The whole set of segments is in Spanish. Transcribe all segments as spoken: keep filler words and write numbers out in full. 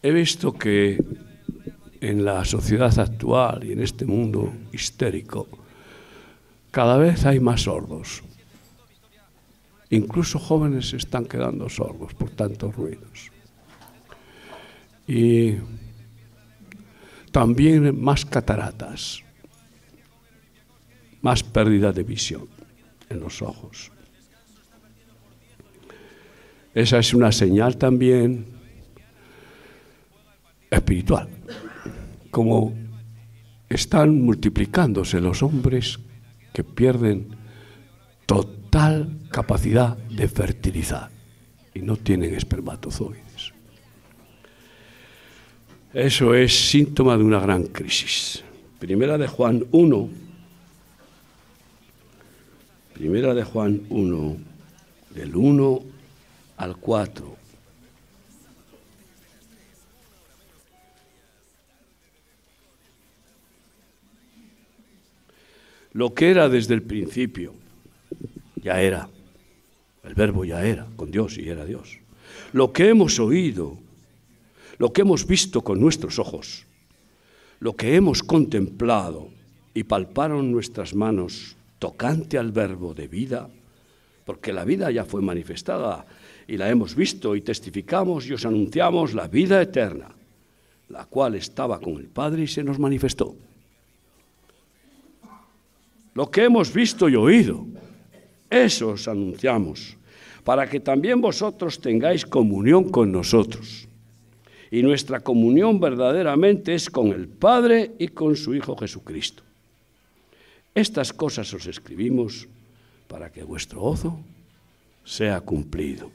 He visto que en la sociedad actual y en este mundo histérico cada vez hay más sordos. Incluso jóvenes se están quedando sordos por tantos ruidos. Y también más cataratas, más pérdida de visión en los ojos. Esa es una señal también espiritual. Como están multiplicándose los hombres que pierden total capacidad de fertilizar y no tienen espermatozoides. Eso es síntoma de una gran crisis. Primera de Juan uno. Primera de Juan uno, del uno al cuatro. Lo que era desde el principio, ya era. El Verbo ya era, con Dios, y era Dios. Lo que hemos oído, lo que hemos visto con nuestros ojos, lo que hemos contemplado y palparon nuestras manos tocante al Verbo de vida, porque la vida ya fue manifestada y la hemos visto y testificamos y os anunciamos la vida eterna, la cual estaba con el Padre y se nos manifestó. Lo que hemos visto y oído, eso os anunciamos, para que también vosotros tengáis comunión con nosotros. Y nuestra comunión verdaderamente es con el Padre y con su Hijo Jesucristo. Estas cosas os escribimos para que vuestro gozo sea cumplido.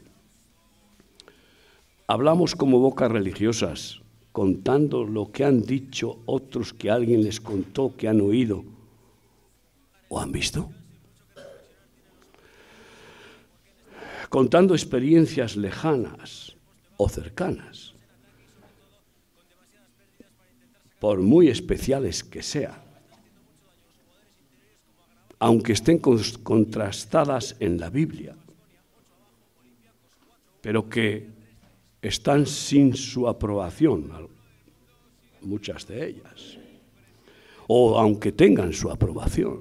Hablamos como bocas religiosas, contando lo que han dicho otros que alguien les contó, que han oído o han visto. Contando experiencias lejanas o cercanas, por muy especiales que sean, aunque estén contrastadas en la Biblia, pero que están sin su aprobación, muchas de ellas, o aunque tengan su aprobación.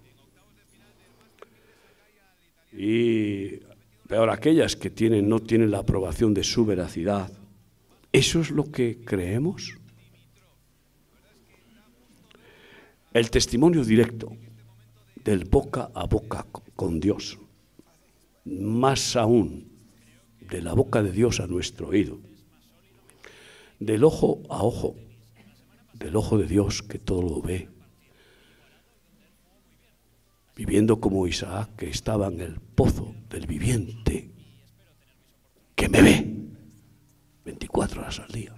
Y peor aquellas que tienen, no tienen la aprobación de su veracidad. ¿Eso es lo que creemos? El testimonio directo del boca a boca con Dios, más aún de la boca de Dios a nuestro oído, del ojo a ojo, del ojo de Dios que todo lo ve, viviendo como Isaac, que estaba en el pozo del viviente, que me ve veinticuatro horas al día.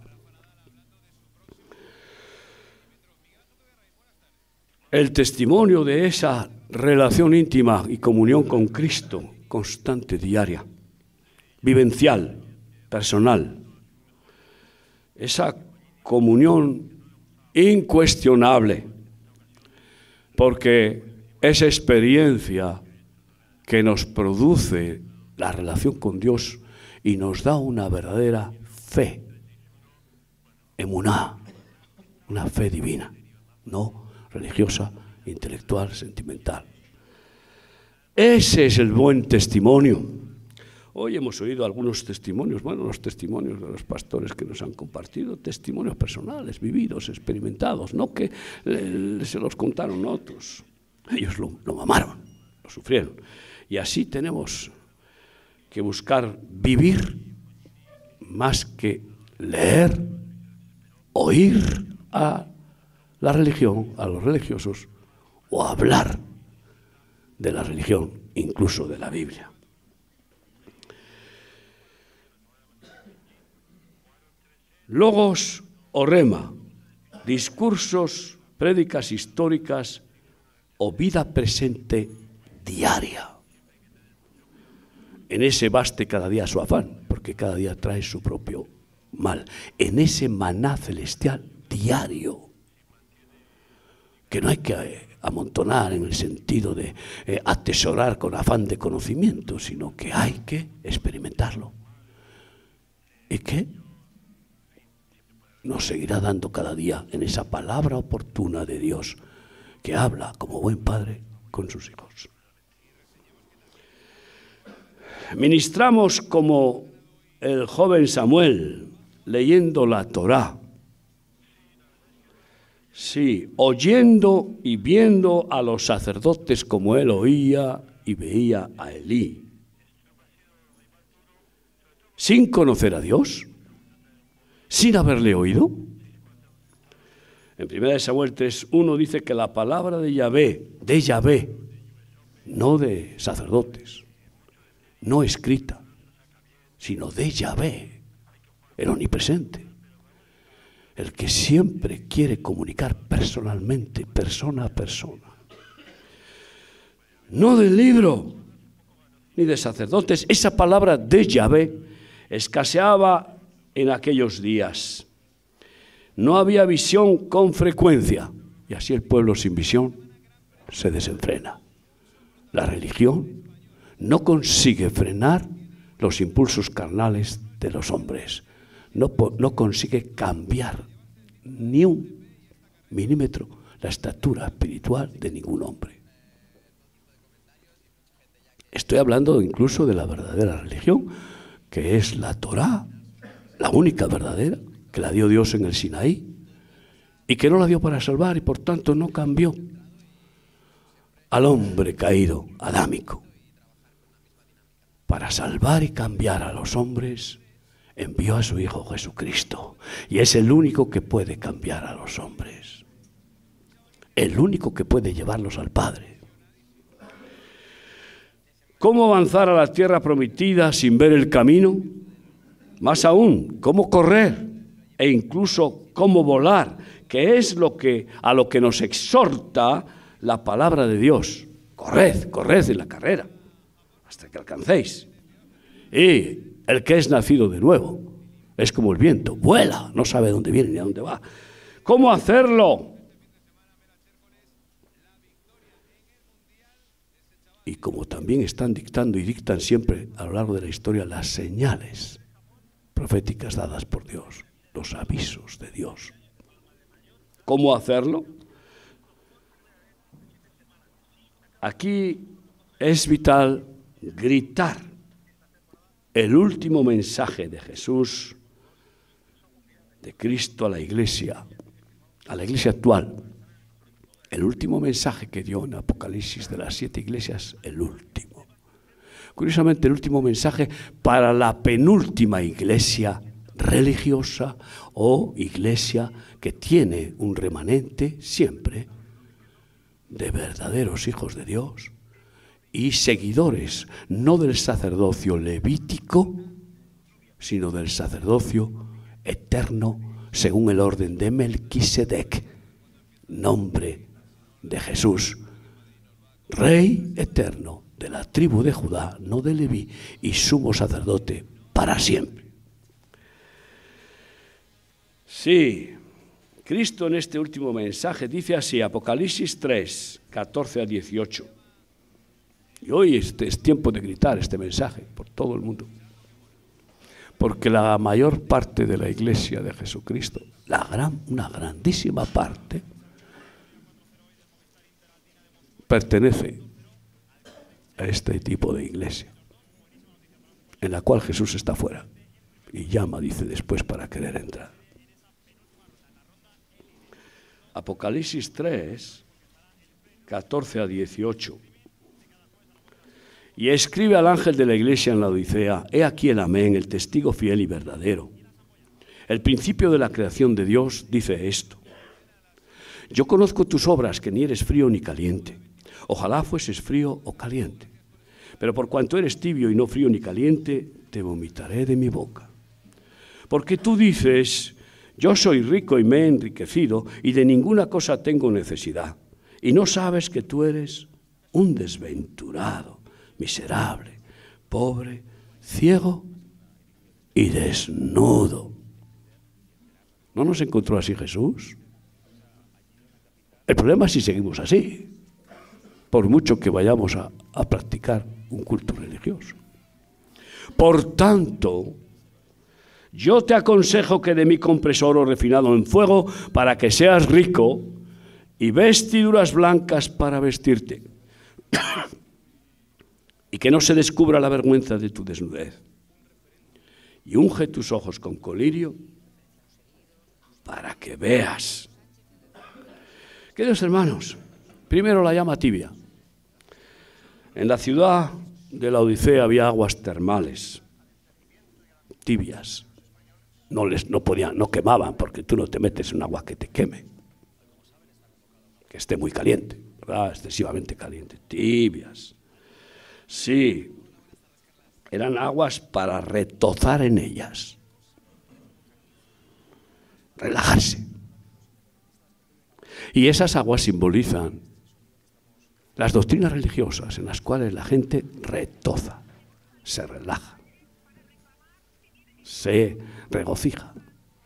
El testimonio de esa relación íntima y comunión con Cristo, constante, diaria, vivencial, personal. Esa comunión incuestionable, porque esa experiencia que nos produce la relación con Dios y nos da una verdadera fe, emuná, una fe divina, no religiosa, intelectual, sentimental. Ese es el buen testimonio. Hoy hemos oído algunos testimonios, bueno, los testimonios de los pastores que nos han compartido, testimonios personales, vividos, experimentados, no que eh, se los contaron otros. Ellos lo, lo mamaron, lo sufrieron. Y así tenemos que buscar vivir más que leer, oír a la religión, a los religiosos, o hablar de la religión, incluso de la Biblia. Logos o rema, discursos, prédicas históricas o vida presente diaria. En ese baste cada día su afán, porque cada día trae su propio mal. En ese maná celestial diario, que no hay que eh, amontonar en el sentido de eh, atesorar con afán de conocimiento, sino que hay que experimentarlo. ¿Y qué? nos seguirá dando cada día en esa palabra oportuna de Dios, que habla como buen padre con sus hijos. Ministramos como el joven Samuel, leyendo la Torá. Sí, oyendo y viendo a los sacerdotes como él oía y veía a Elí. Sin conocer a Dios, sin haberle oído. En primera de Samuel tres uno dice que la palabra de Yahvé, de Yahvé, no de sacerdotes, no escrita, sino de Yahvé, el omnipresente, el que siempre quiere comunicar personalmente, persona a persona. No del libro, ni de sacerdotes. Esa palabra de Yahvé escaseaba en aquellos días. No había visión con frecuencia, y así el pueblo sin visión se desenfrena. La religión no consigue frenar los impulsos carnales de los hombres, no, no consigue cambiar ni un milímetro la estatura espiritual de ningún hombre. Estoy hablando incluso de la verdadera religión, que es la Torá, la única verdadera, que la dio Dios en el Sinaí, y que no la dio para salvar, y por tanto no cambió al hombre caído, adámico. Para salvar y cambiar a los hombres, envió a su Hijo Jesucristo, y es el único que puede cambiar a los hombres, el único que puede llevarlos al Padre. ¿Cómo avanzar a la tierra prometida sin ver el camino? Más aún, ¿cómo correr? E incluso cómo volar, que es lo que, a lo que nos exhorta la palabra de Dios. Corred, corred en la carrera, hasta que alcancéis. Y el que es nacido de nuevo es como el viento, vuela, no sabe dónde viene ni a dónde va. ¿Cómo hacerlo? Y como también están dictando y dictan siempre a lo largo de la historia las señales proféticas dadas por Dios, los avisos de Dios. ¿Cómo hacerlo? Aquí es vital gritar el último mensaje de Jesús, de Cristo a la iglesia, a la iglesia actual. El último mensaje que dio en Apocalipsis de las siete iglesias, el último. Curiosamente, el último mensaje para la penúltima iglesia religiosa o iglesia que tiene un remanente siempre de verdaderos hijos de Dios y seguidores no del sacerdocio levítico, sino del sacerdocio eterno según el orden de Melquisedec, nombre de Jesús, Rey eterno de la tribu de Judá, no de Leví, y sumo sacerdote para siempre. Sí, Cristo en este último mensaje dice así, Apocalipsis tres, catorce a dieciocho. Y hoy este es tiempo de gritar este mensaje por todo el mundo. Porque la mayor parte de la iglesia de Jesucristo, la gran, una grandísima parte, pertenece a este tipo de iglesia, en la cual Jesús está fuera y llama, dice después, para querer entrar. Apocalipsis tres, catorce a dieciocho. Y escribe al ángel de la iglesia en la Odisea, he aquí el amén, el testigo fiel y verdadero. El principio de la creación de Dios dice esto. Yo conozco tus obras, que ni eres frío ni caliente. Ojalá fueses frío o caliente. Pero por cuanto eres tibio y no frío ni caliente, te vomitaré de mi boca. Porque tú dices, yo soy rico y me he enriquecido, y de ninguna cosa tengo necesidad. Y no sabes que tú eres un desventurado, miserable, pobre, ciego y desnudo. ¿No nos encontró así Jesús? El problema es si seguimos así, por mucho que vayamos a, a practicar un culto religioso. Por tanto, Yo te aconsejo que de mí compres oro refinado en fuego para que seas rico y vestiduras blancas para vestirte y que no se descubra la vergüenza de tu desnudez. Y unge tus ojos con colirio para que veas. Queridos hermanos, primero la llama tibia. En la ciudad de la Odisea había aguas termales, tibias. No, les, no, podían, no quemaban, porque tú no te metes en agua que te queme, que esté muy caliente, ¿verdad? Excesivamente caliente. Tibias. Sí, eran aguas para retozar en ellas, relajarse. Y esas aguas simbolizan las doctrinas religiosas en las cuales la gente retoza, se relaja, se regocija.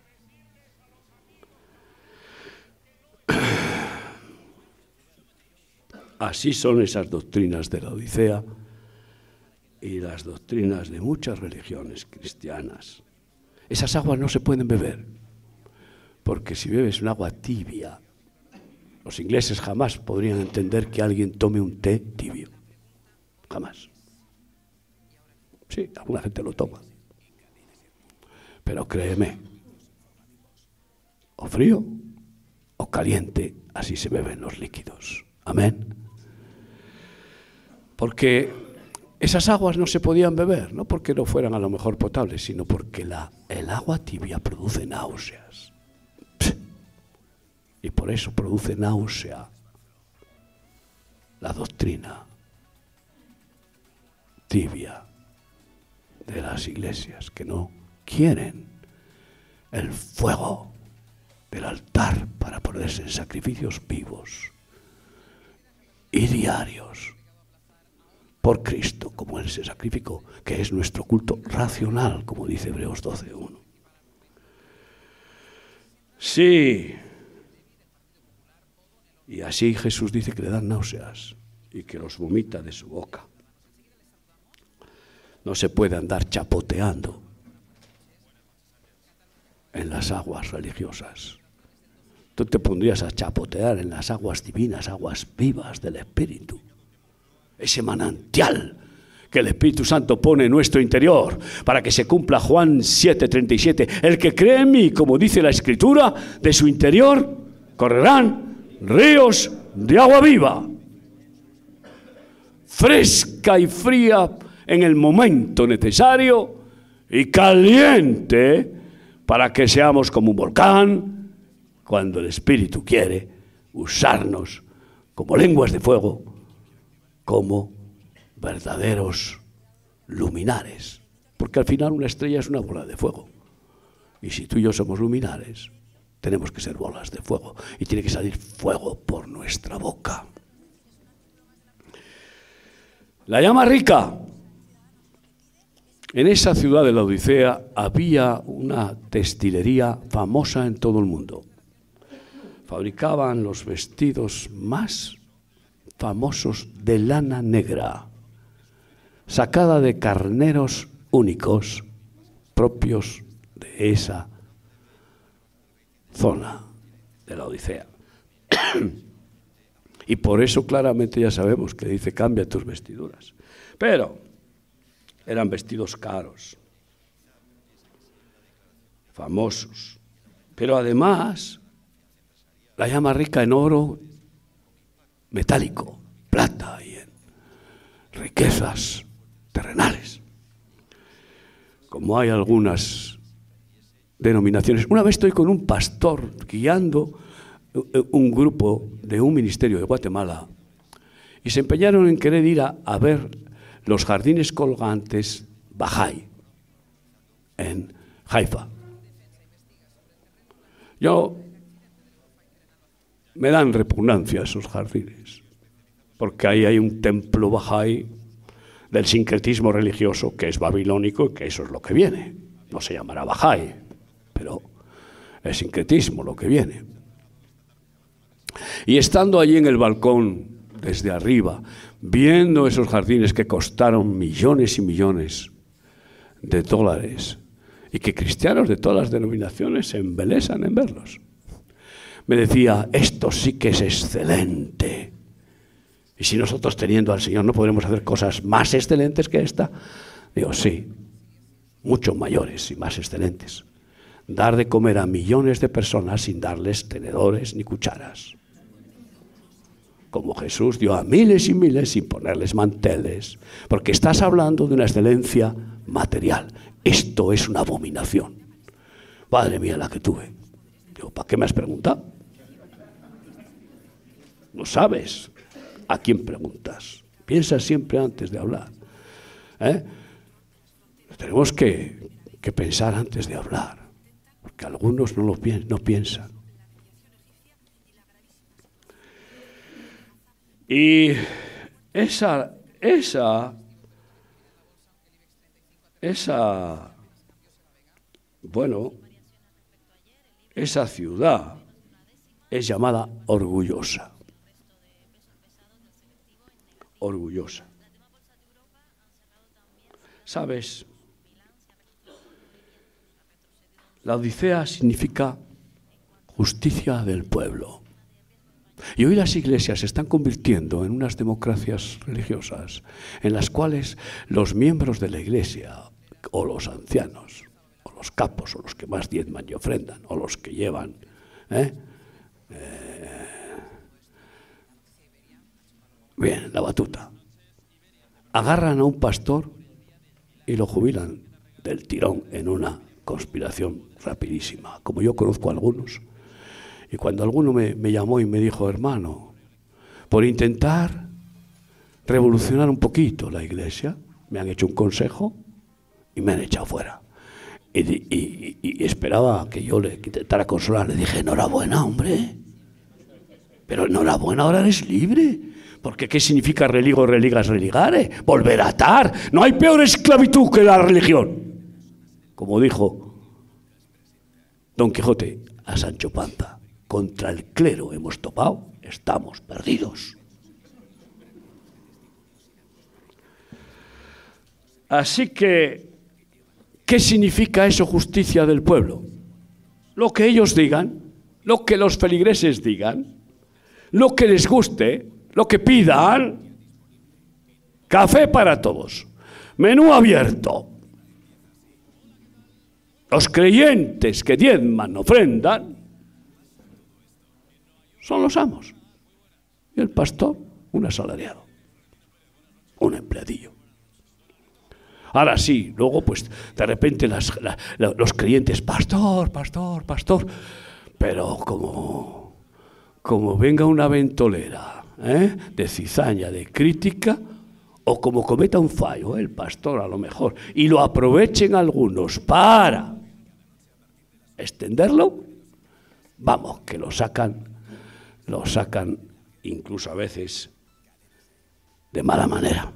Así son esas doctrinas de la Odisea y las doctrinas de muchas religiones cristianas. Esas aguas no se pueden beber, porque si bebes un agua tibia, los ingleses jamás podrían entender que alguien tome un té tibio. Jamás. Sí, alguna gente lo toma. Pero créeme, o frío o caliente, así se beben los líquidos. Amén. Porque esas aguas no se podían beber, no porque no fueran a lo mejor potables, sino porque la, el agua tibia produce náuseas. Y por eso produce náusea la doctrina tibia de las iglesias, que no quieren el fuego del altar para ponerse en sacrificios vivos y diarios por Cristo, como Él se sacrificó, que es nuestro culto racional, como dice Hebreos doce uno. Sí. Y así Jesús dice que le dan náuseas y que los vomita de su boca. No se puede andar chapoteando en las aguas religiosas. Tú te pondrías a chapotear en las aguas divinas, aguas vivas del Espíritu. Ese manantial que el Espíritu Santo pone en nuestro interior para que se cumpla Juan siete treinta y siete. El que cree en mí, como dice la Escritura, de su interior correrán ríos de agua viva, fresca y fría en el momento necesario y caliente para que seamos como un volcán cuando el Espíritu quiere usarnos como lenguas de fuego, como verdaderos luminares. Porque al final una estrella es una bola de fuego. Y si tú y yo somos luminares, tenemos que ser bolas de fuego y tiene que salir fuego por nuestra boca. La llama rica. En esa ciudad de la Odisea había una textilería famosa en todo el mundo. Fabricaban los vestidos más famosos de lana negra, sacada de carneros únicos propios de esa zona de la Odisea. Y por eso claramente ya sabemos que dice cambia tus vestiduras. Pero eran vestidos caros, famosos. Pero además la llama rica en oro metálico, plata y en riquezas terrenales. Como hay algunas denominaciones. Una vez estoy con un pastor guiando un grupo de un ministerio de Guatemala y se empeñaron en querer ir a, a ver los jardines colgantes Bahá'í en Haifa. Yo me dan repugnancia esos jardines, porque ahí hay un templo Bahá'í del sincretismo religioso que es babilónico y que eso es lo que viene. No se llamará Bahá'í, pero es sincretismo lo que viene. Y estando allí en el balcón, desde arriba, viendo esos jardines que costaron millones y millones de dólares, y que cristianos de todas las denominaciones se embelesan en verlos. Me decía, esto sí que es excelente. Y si nosotros teniendo al Señor no podremos hacer cosas más excelentes que esta. Digo, sí, mucho mayores y más excelentes. Dar de comer a millones de personas sin darles tenedores ni cucharas. Como Jesús dio a miles y miles sin ponerles manteles. Porque estás hablando de una excelencia material. Esto es una abominación. Padre mía, la que tuve. Digo, ¿para qué me has preguntado? No sabes a quién preguntas. Piensa siempre antes de hablar. ¿Eh? Tenemos que, que pensar antes de hablar. Porque algunos no lo pi- no piensan. Y esa, esa, esa, bueno, esa ciudad es llamada orgullosa. Orgullosa. ¿Sabes? La Odisea significa justicia del pueblo. Y hoy las iglesias se están convirtiendo en unas democracias religiosas en las cuales los miembros de la iglesia, o los ancianos, o los capos, o los que más diezman y ofrendan, o los que llevan ¿eh? Eh, bien, la batuta, agarran a un pastor y lo jubilan del tirón en una conspiración rapidísima, como yo conozco a algunos. Y cuando alguno me, me llamó y me dijo, hermano, por intentar revolucionar un poquito la iglesia, me han hecho un consejo y me han echado fuera. Y, y, y, y esperaba que yo le intentara consolar. Le dije, enhorabuena, hombre. Pero enhorabuena, ahora eres libre. Porque ¿qué significa religo, religas, religare? Volver a atar. No hay peor esclavitud que la religión. Como dijo Don Quijote a Sancho Panza. Contra el clero hemos topado, estamos perdidos. Así que, ¿qué significa eso, justicia del pueblo? Lo que ellos digan, lo que los feligreses digan, lo que les guste, lo que pidan. Café para todos, menú abierto. Los creyentes que diezman, ofrendan, son los amos. Y el pastor, un asalariado, un empleadillo. Ahora sí, luego pues de repente las, la, la, los creyentes, pastor, pastor, pastor. Pero como, como venga una ventolera ¿eh? de cizaña, de crítica, o como cometa un fallo, ¿eh? el pastor a lo mejor, y lo aprovechen algunos para extenderlo, vamos, que lo sacan lo sacan incluso a veces de mala manera.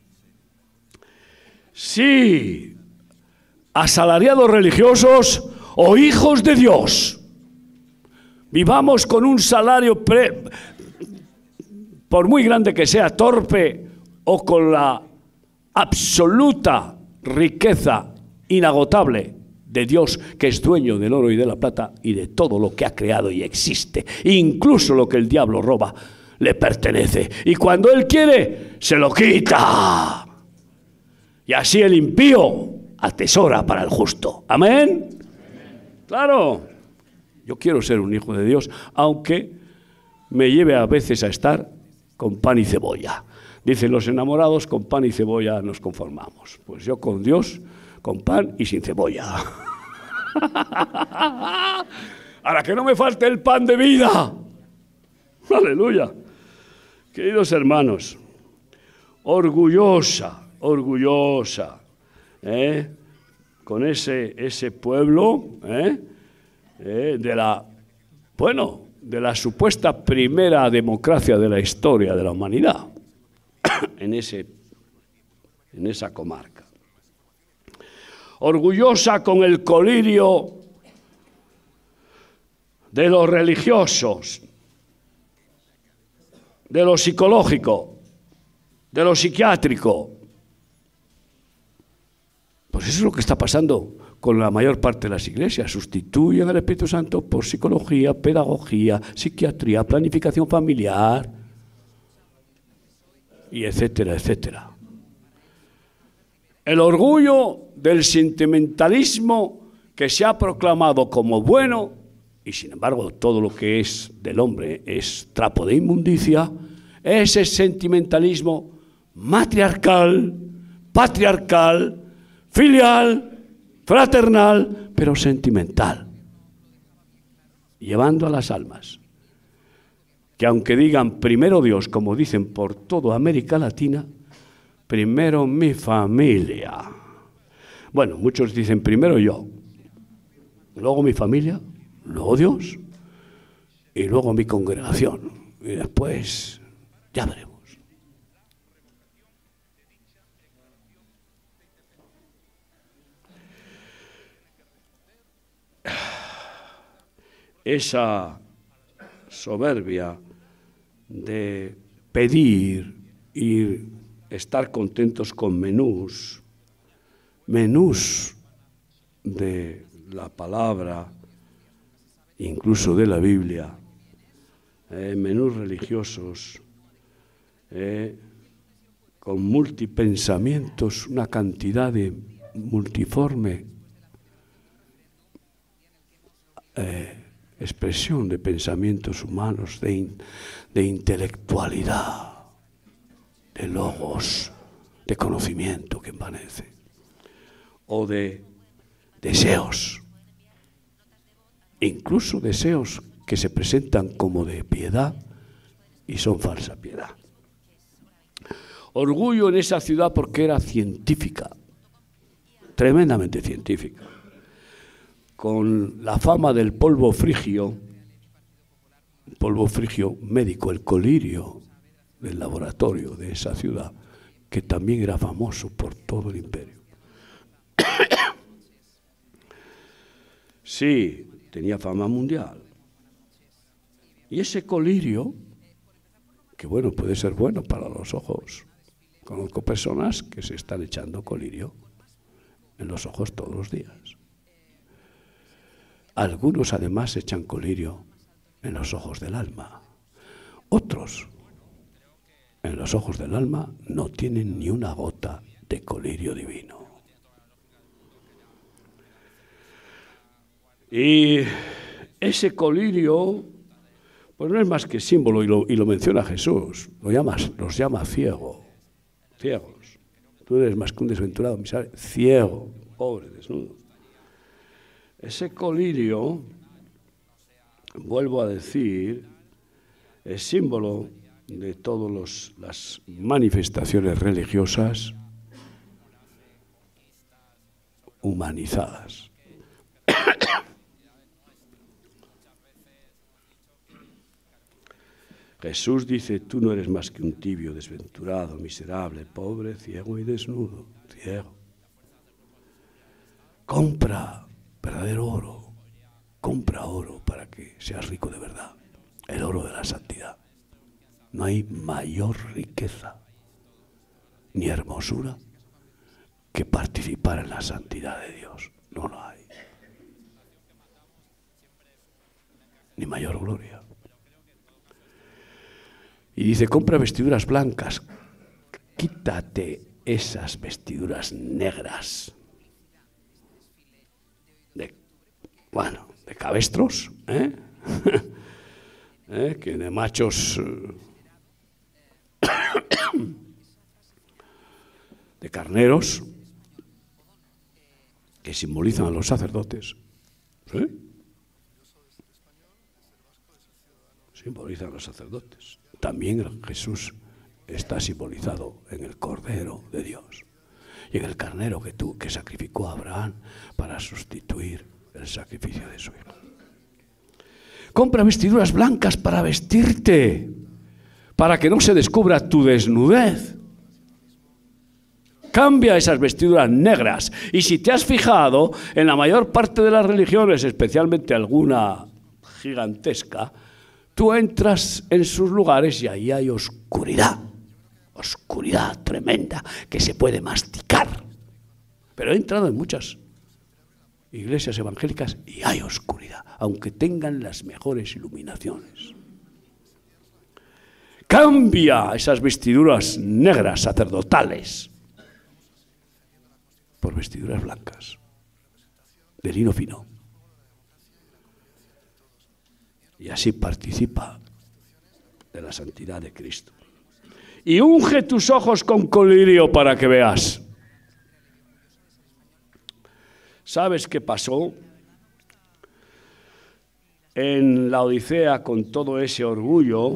Sí, asalariados religiosos o hijos de Dios, vivamos con un salario, pre, por muy grande que sea, torpe, o con la absoluta riqueza inagotable de Dios, que es dueño del oro y de la plata y de todo lo que ha creado y existe. Incluso lo que el diablo roba le pertenece. Y cuando él quiere, se lo quita. Y así el impío atesora para el justo. ¿Amén? Claro. Yo quiero ser un hijo de Dios, aunque me lleve a veces a estar con pan y cebolla. Dicen los enamorados, con pan y cebolla nos conformamos. Pues yo con Dios, con pan y sin cebolla. Ahora que no me falte el pan de vida. Aleluya. Queridos hermanos, orgullosa, orgullosa, ¿eh? con ese, ese pueblo ¿eh? Eh, de la, bueno, de la supuesta primera democracia de la historia de la humanidad, en, ese, en esa comarca. Orgullosa con el colirio de los religiosos, de lo psicológico, de lo psiquiátrico. Pues eso es lo que está pasando con la mayor parte de las iglesias. Sustituyen al Espíritu Santo por psicología, pedagogía, psiquiatría, planificación familiar, y etcétera, etcétera. El orgullo del sentimentalismo que se ha proclamado como bueno, y sin embargo todo lo que es del hombre es trapo de inmundicia, ese sentimentalismo matriarcal, patriarcal, filial, fraternal, pero sentimental, llevando a las almas, que aunque digan primero Dios, como dicen por toda América Latina, primero mi familia. Bueno, muchos dicen primero yo, luego mi familia, luego Dios y luego mi congregación. Y después ya veremos. Esa soberbia de pedir y estar contentos con menús, menús de la palabra, incluso de la Biblia, eh, menús religiosos, eh, con multipensamientos, una cantidad de multiforme eh, expresión de pensamientos humanos, de, in, de intelectualidad, de logos, de conocimiento que envanece, o de deseos, incluso deseos que se presentan como de piedad y son falsa piedad. Orgullo en esa ciudad porque era científica, tremendamente científica, con la fama del polvo frigio, polvo frigio médico, el colirio del laboratorio de esa ciudad, que también era famoso por todo el imperio. Sí, tenía fama mundial. Y ese colirio, que bueno, puede ser bueno para los ojos. Conozco personas que se están echando colirio en los ojos todos los días. Algunos además echan colirio en los ojos del alma. Otros, en los ojos del alma, no tienen ni una gota de colirio divino. Y ese colirio, pues no es más que símbolo, y lo, y lo menciona Jesús, lo llama, los llama ciego, ciegos. Tú eres más que un desventurado, miserable, ciego, pobre, desnudo. Ese colirio, vuelvo a decir, es símbolo de todas las manifestaciones religiosas humanizadas. Jesús dice, tú no eres más que un tibio, desventurado, miserable, pobre, ciego y desnudo, ciego. Compra verdadero oro, compra oro para que seas rico de verdad, el oro de la santidad. No hay mayor riqueza ni hermosura que participar en la santidad de Dios. No lo hay. Ni mayor gloria. Y dice, compra vestiduras blancas, quítate esas vestiduras negras, de, bueno, de cabestros, ¿eh? ¿Eh? Que de machos, de carneros, que simbolizan a los sacerdotes, ¿sí? Simbolizan a los sacerdotes. También Jesús está simbolizado en el Cordero de Dios y en el carnero que, tú, que sacrificó a Abraham para sustituir el sacrificio de su hijo. Compra vestiduras blancas para vestirte, para que no se descubra tu desnudez. Cambia esas vestiduras negras. Y si te has fijado, en la mayor parte de las religiones, especialmente alguna gigantesca, tú entras en sus lugares y ahí hay oscuridad, oscuridad tremenda que se puede masticar. Pero he entrado en muchas iglesias evangélicas y hay oscuridad, aunque tengan las mejores iluminaciones. Cambia esas vestiduras negras sacerdotales por vestiduras blancas, de lino fino. Y así participa de la santidad de Cristo. Y unge tus ojos con colirio para que veas. ¿Sabes qué pasó en la Odisea con todo ese orgullo?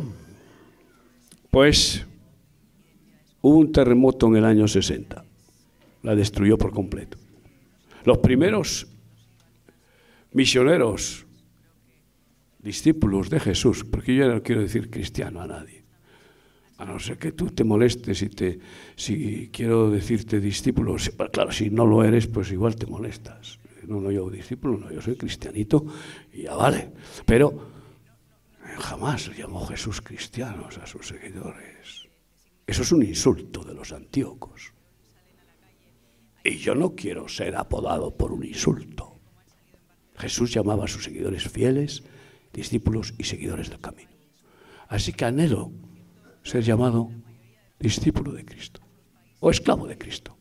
Pues hubo un terremoto en el año sesenta. La destruyó por completo. Los primeros misioneros, discípulos de Jesús, porque yo ya no quiero decir cristiano a nadie, a no ser que tú te molestes y te, si quiero decirte discípulo, claro, si no lo eres, pues igual te molestas. No, no, yo discípulo, no, yo soy cristianito y ya vale. Pero jamás llamó Jesús cristianos a sus seguidores. Eso es un insulto de los antíocos. Y yo no quiero ser apodado por un insulto. Jesús llamaba a sus seguidores fieles, discípulos y seguidores del camino. Así que anhelo ser llamado discípulo de Cristo o esclavo de Cristo.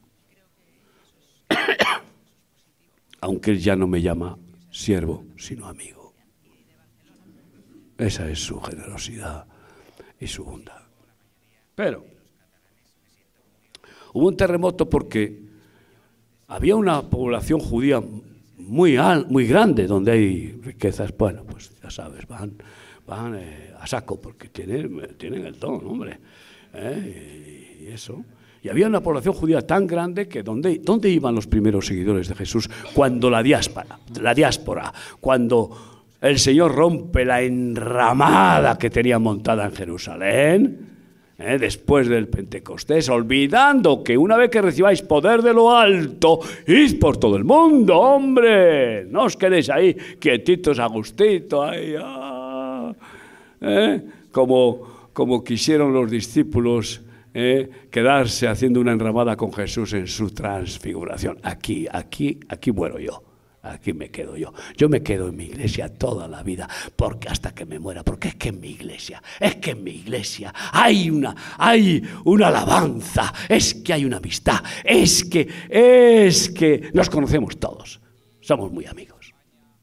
Aunque Él ya no me llama siervo, sino amigo. Esa es su generosidad y su bondad. Pero hubo un terremoto porque había una población judía muy, muy grande donde hay riquezas. Bueno, pues ya sabes, van, van eh, a saco porque tienen, tienen el don, hombre. ¿Eh? Y, y eso. Y había una población judía tan grande que ¿dónde, dónde iban los primeros seguidores de Jesús? Cuando la diáspora, la diáspora, cuando el Señor rompe la enramada que tenía montada en Jerusalén, ¿eh? Después del Pentecostés, olvidando que una vez que recibáis poder de lo alto, id por todo el mundo, hombre, no os quedéis ahí quietitos a gustito, ahí, ah, ¿eh? como, como quisieron los discípulos, Eh, quedarse haciendo una enramada con Jesús en su transfiguración. Aquí, aquí, aquí muero yo. Aquí me quedo yo. Yo me quedo en mi iglesia toda la vida, porque hasta que me muera, porque es que en mi iglesia, es que en mi iglesia hay una, hay una alabanza, es que hay una amistad, es que, es que nos conocemos todos. Somos muy amigos.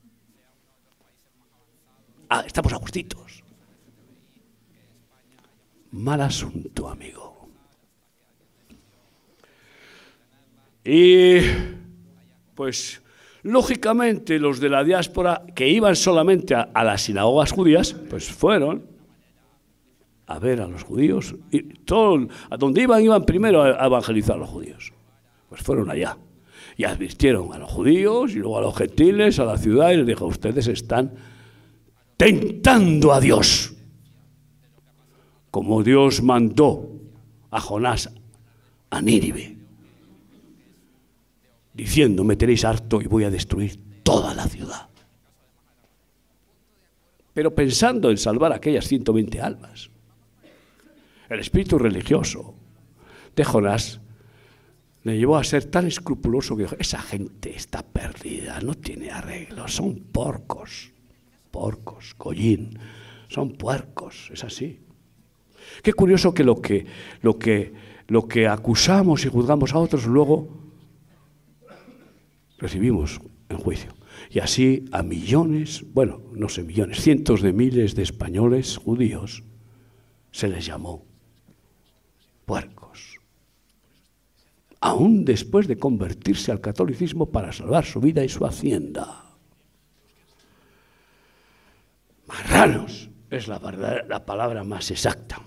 Ah, estamos a gustitos. Mal asunto, amigo. Y pues lógicamente los de la diáspora que iban solamente a, a las sinagogas judías, pues fueron a ver a los judíos. Y todo, a donde iban, iban primero a, a evangelizar a los judíos. Pues fueron allá y advirtieron a los judíos y luego a los gentiles, a la ciudad, y les dijo: ustedes están tentando a Dios, como Dios mandó a Jonás a Nínive, diciendo: me tenéis harto y voy a destruir toda la ciudad. Pero pensando en salvar aquellas ciento veinte almas. El espíritu religioso de Jonás le llevó a ser tan escrupuloso que dijo: esa gente está perdida, no tiene arreglo, son porcos, porcos, collín, son puercos, es así. Qué curioso que lo que, lo que, lo que acusamos y juzgamos a otros luego recibimos en juicio. Y así a millones, bueno, no sé millones, cientos de miles de españoles judíos se les llamó puercos. Aún después de convertirse al catolicismo para salvar su vida y su hacienda. Marranos es la, verdad, la palabra más exacta.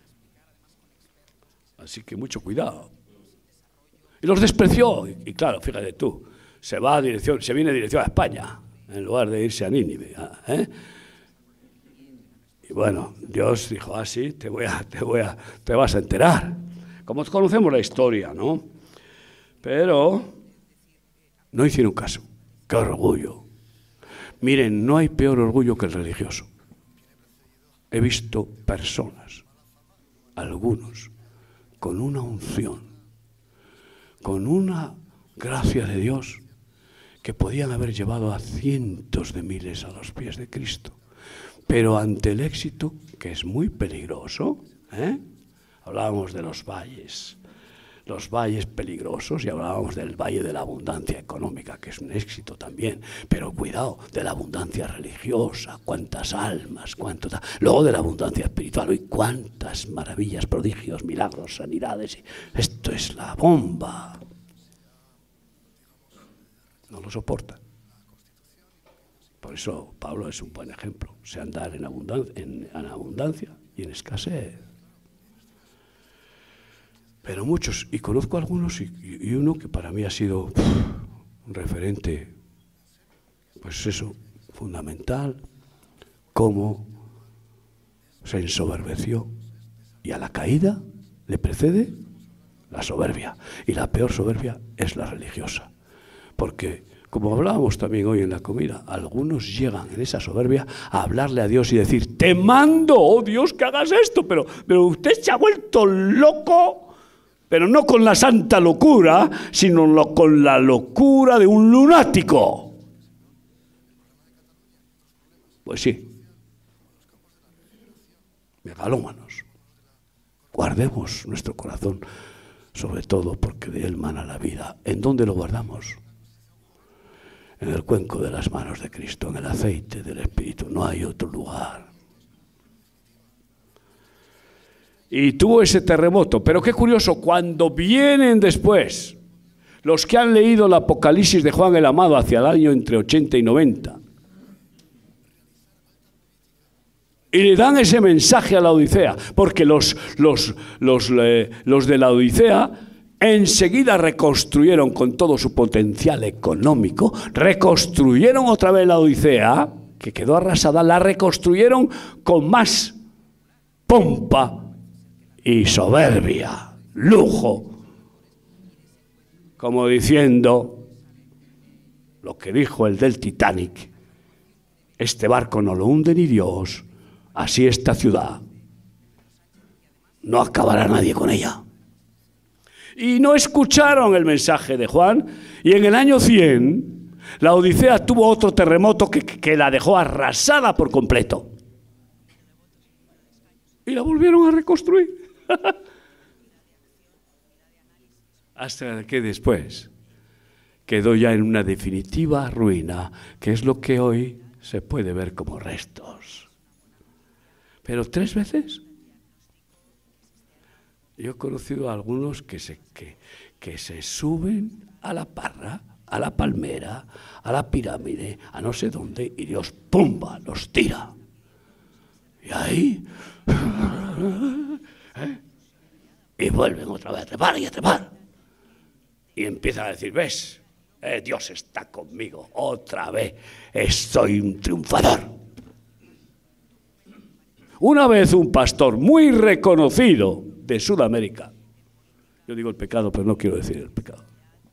Así que mucho cuidado. Y los despreció. Y, y claro, fíjate tú, se va a dirección, se viene a dirección a España, en lugar de irse a Nínive. ¿eh? Y bueno, Dios dijo: ah, sí, te voy a, te voy a, te vas a enterar. Como conocemos la historia, ¿no? Pero no hicieron caso. ¡Qué orgullo! Miren, no hay peor orgullo que el religioso. He visto personas, algunos, con una unción, con una gracia de Dios, que podían haber llevado a cientos de miles a los pies de Cristo. Pero ante el éxito, que es muy peligroso, ¿eh? Hablábamos de los valles, los valles peligrosos, y hablábamos del valle de la abundancia económica, que es un éxito también, pero cuidado, de la abundancia religiosa, cuántas almas, cuánto da. Luego de la abundancia espiritual, y cuántas maravillas, prodigios, milagros, sanidades. Esto es la bomba. No lo soporta. Por eso Pablo es un buen ejemplo. Sé andar en abundancia, en, en abundancia y en escasez. Pero muchos, y conozco algunos, y, y uno que para mí ha sido uf, un referente, pues eso, fundamental, cómo se ensoberbeció. Y a la caída le precede la soberbia. Y la peor soberbia es la religiosa. Porque, como hablábamos también hoy en la comida, algunos llegan en esa soberbia a hablarle a Dios y decir, te mando, oh Dios, que hagas esto, pero, pero usted se ha vuelto loco, pero no con la santa locura, sino lo, con la locura de un lunático. Pues sí, megalómanos. Guardemos nuestro corazón, sobre todo porque de él mana la vida. ¿En dónde lo guardamos? En el cuenco de las manos de Cristo, en el aceite del Espíritu. No hay otro lugar. Y tuvo ese terremoto. Pero qué curioso, cuando vienen después los que han leído el Apocalipsis de Juan el Amado hacia el año entre ochenta y noventa, y le dan ese mensaje a la Odisea, porque los, los, los, eh, los de la Odisea enseguida reconstruyeron con todo su potencial económico, reconstruyeron otra vez la Odisea, que quedó arrasada, la reconstruyeron con más pompa y soberbia, lujo, como diciendo lo que dijo el del Titanic, este barco no lo hunde ni Dios, así esta ciudad, no acabará nadie con ella. Y no escucharon el mensaje de Juan, y en el año cien, la Odisea tuvo otro terremoto que, que la dejó arrasada por completo. Y la volvieron a reconstruir. Hasta que después quedó ya en una definitiva ruina, que es lo que hoy se puede ver como restos. Pero tres veces. Yo he conocido a algunos que se, que, que se suben a la parra, a la palmera, a la pirámide, a no sé dónde, y Dios, ¡pumba!, los tira. Y ahí... ¿eh? Y vuelven otra vez a trepar y a trepar. Y empiezan a decir, ¿ves? Eh, Dios está conmigo. Otra vez soy un triunfador. Una vez un pastor muy reconocido de Sudamérica, yo digo el pecado, pero no quiero decir el pecado,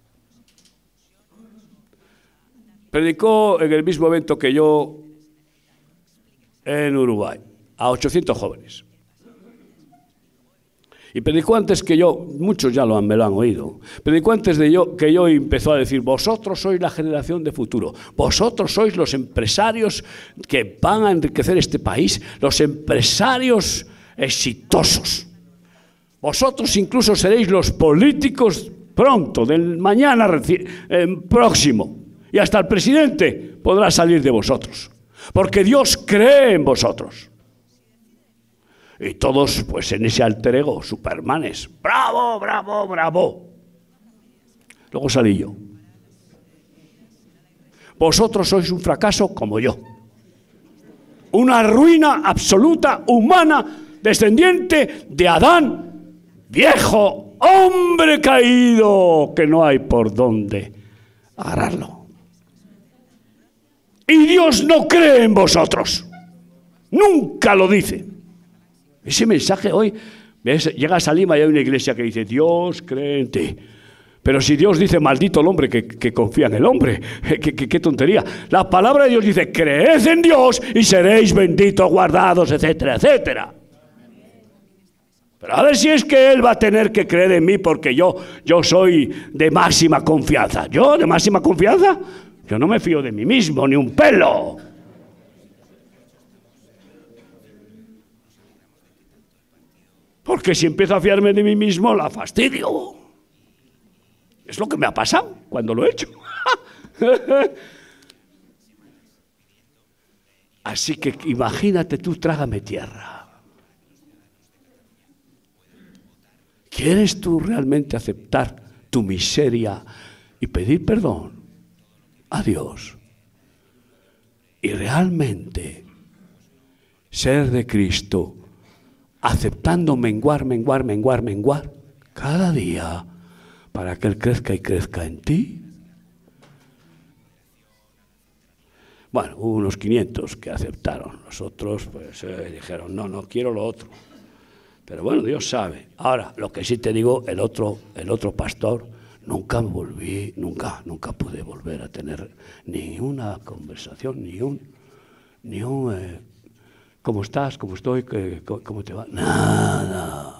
predicó en el mismo evento que yo en Uruguay a ochocientos jóvenes. Y predicó antes que yo, muchos ya lo han, me lo han oído, predicó antes de yo, que yo y empezó a decir, vosotros sois la generación de futuro, vosotros sois los empresarios que van a enriquecer este país, los empresarios exitosos. Vosotros incluso seréis los políticos pronto, del mañana eh, próximo, y hasta el presidente podrá salir de vosotros, porque Dios cree en vosotros. Y todos, pues en ese alter ego, supermanes, bravo, bravo, bravo. Luego salí yo. Vosotros sois un fracaso como yo. Una ruina absoluta, humana, descendiente de Adán, viejo, hombre caído, que no hay por dónde agarrarlo. Y Dios no cree en vosotros. Nunca lo dice. Ese mensaje hoy, ¿ves? Llegas a Lima y hay una iglesia que dice, Dios cree en ti. Pero si Dios dice, maldito el hombre que, que confía en el hombre, ¿qué, qué, qué tontería? La palabra de Dios dice, creed en Dios y seréis benditos, guardados, etcétera, etcétera. Pero a ver si es que Él va a tener que creer en mí porque yo, yo soy de máxima confianza. ¿Yo de máxima confianza? Yo no me fío de mí mismo, ni un pelo. Porque si empiezo a fiarme de mí mismo, la fastidio. Es lo que me ha pasado cuando lo he hecho. Así que imagínate tú, trágame tierra. ¿Quieres tú realmente aceptar tu miseria y pedir perdón a Dios? Y realmente ser de Cristo, aceptando menguar, menguar, menguar, menguar, cada día, para que Él crezca y crezca en ti. Bueno, hubo unos quinientos que aceptaron, los otros pues eh, dijeron, no, no quiero lo otro. Pero bueno, Dios sabe. Ahora, lo que sí te digo, el otro, el otro pastor, nunca volví, nunca, nunca pude volver a tener ni una conversación, ni un, ni un, eh, ¿cómo estás? ¿Cómo estoy? ¿Cómo te va? Nada.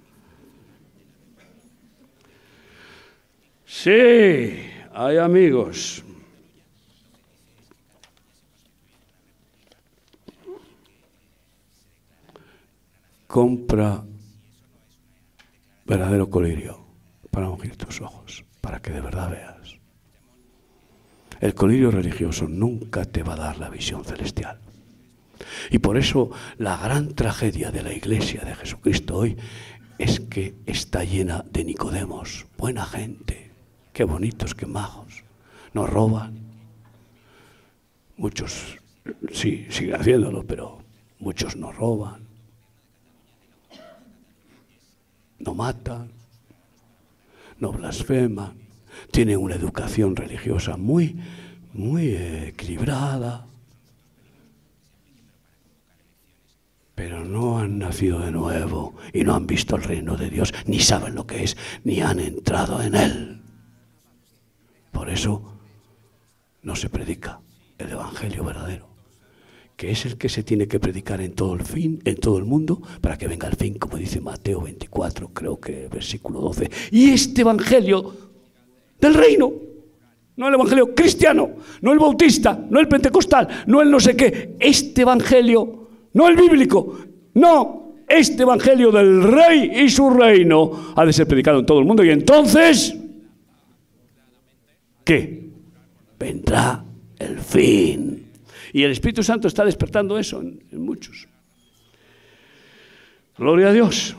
Sí, hay amigos. Compra verdadero colirio para ungir tus ojos, para que de verdad veas. El colirio religioso nunca te va a dar la visión celestial. Y por eso la gran tragedia de la Iglesia de Jesucristo hoy es que está llena de Nicodemos, buena gente, qué bonitos, qué majos, nos roban. Muchos sí, siguen haciéndolo, pero muchos nos roban. No matan, no blasfeman, tienen una educación religiosa muy, muy equilibrada, pero no han nacido de nuevo y no han visto el reino de Dios, ni saben lo que es, ni han entrado en él. Por eso no se predica el evangelio verdadero, que es el que se tiene que predicar en todo el fin, en todo el mundo, para que venga el fin, como dice Mateo veinticuatro, creo que versículo doce. Y este evangelio del reino, no el evangelio cristiano, no el bautista, no el pentecostal, no el no sé qué, este evangelio, no el bíblico, no, este evangelio del rey y su reino ha de ser predicado en todo el mundo. Y entonces, ¿qué? Vendrá el fin. Y el Espíritu Santo está despertando eso en, en muchos. Gloria a Dios.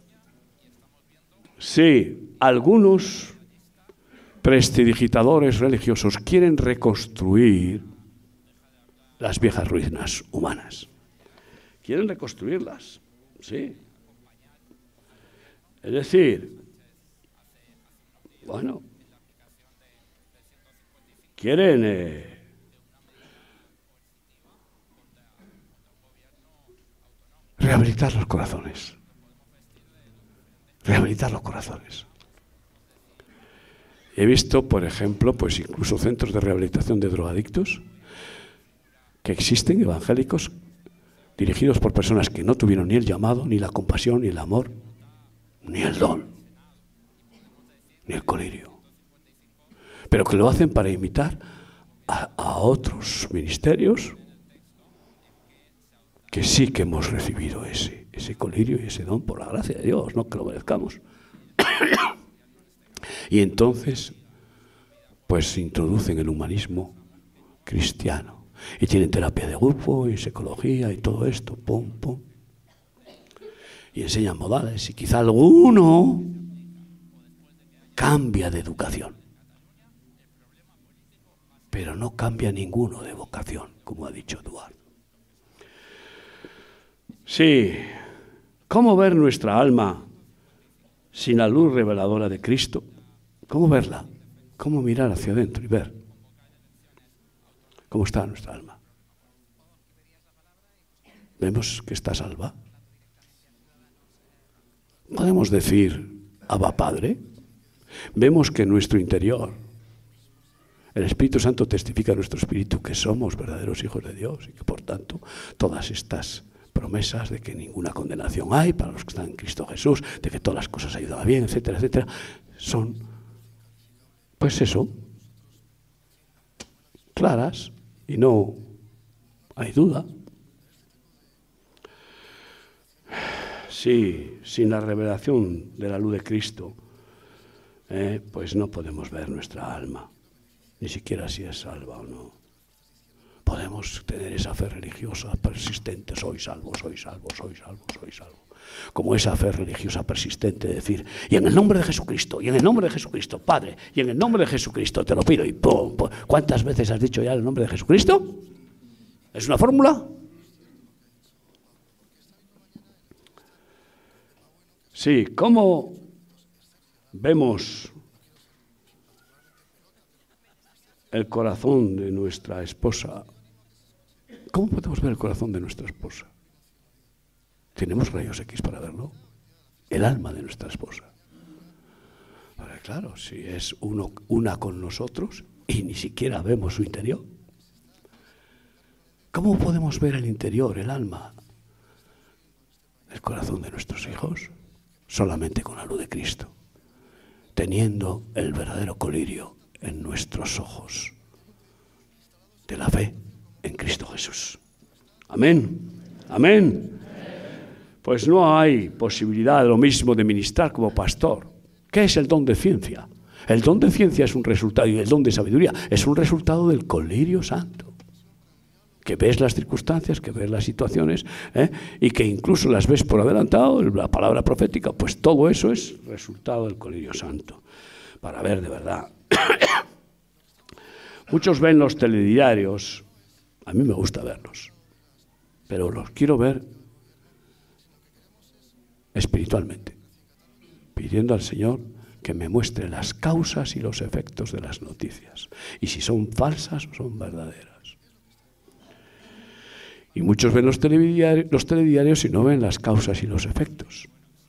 Sí, algunos prestidigitadores religiosos quieren reconstruir las viejas ruinas humanas. Quieren reconstruirlas, sí. Es decir, bueno, quieren... Eh, Rehabilitar los corazones. Rehabilitar los corazones. He visto, por ejemplo, pues incluso centros de rehabilitación de drogadictos que existen, evangélicos, dirigidos por personas que no tuvieron ni el llamado, ni la compasión, ni el amor, ni el don, ni el colirio. Pero que lo hacen para imitar a, a otros ministerios que sí que hemos recibido ese, ese colirio y ese don por la gracia de Dios, no que lo merezcamos. Y entonces, pues se introducen el humanismo cristiano. Y tienen terapia de grupo y psicología y todo esto, pum, pum. Y enseñan modales y quizá alguno cambia de educación. Pero no cambia ninguno de vocación, como ha dicho Eduardo. Sí, ¿cómo ver nuestra alma sin la luz reveladora de Cristo? ¿Cómo verla? ¿Cómo mirar hacia adentro y ver cómo está nuestra alma? ¿Vemos que está salva? ¿Podemos decir Abba Padre? Vemos que en nuestro interior el Espíritu Santo testifica a nuestro espíritu que somos verdaderos hijos de Dios y que por tanto todas estas promesas de que ninguna condenación hay para los que están en Cristo Jesús, de que todas las cosas ayudan bien, etcétera, etcétera, son, pues eso, claras y no hay duda. Sí, sin la revelación de la luz de Cristo, eh, pues no podemos ver nuestra alma, ni siquiera si es salva o no. Podemos tener esa fe religiosa persistente, soy salvo, soy salvo, soy salvo, soy salvo. Como esa fe religiosa persistente de decir, y en el nombre de Jesucristo, y en el nombre de Jesucristo, Padre, y en el nombre de Jesucristo te lo pido, y pum, pum. ¿Cuántas veces has dicho ya el nombre de Jesucristo? ¿Es una fórmula? Sí, ¿cómo vemos el corazón de nuestra esposa? ¿Cómo podemos ver el corazón de nuestra esposa? ¿Tenemos rayos X para verlo? El alma de nuestra esposa. Ahora, claro, si es uno, una con nosotros y ni siquiera vemos su interior. ¿Cómo podemos ver el interior, el alma, el corazón de nuestros hijos? Solamente con la luz de Cristo, teniendo el verdadero colirio en nuestros ojos de la fe en Cristo Jesús. Amén. Amén. Pues no hay posibilidad de lo mismo de ministrar como pastor. ¿Qué es el don de ciencia? El don de ciencia es un resultado, y el don de sabiduría es un resultado del colirio santo. Que ves las circunstancias, que ves las situaciones, ¿eh? Y que incluso las ves por adelantado, la palabra profética, pues todo eso es resultado del colirio santo, para ver de verdad. Muchos ven los telediarios, a mí me gusta verlos, pero los quiero ver espiritualmente, pidiendo al Señor que me muestre las causas y los efectos de las noticias, y si son falsas o son verdaderas. Y muchos ven los telediarios, los telediarios y no ven las causas y los efectos.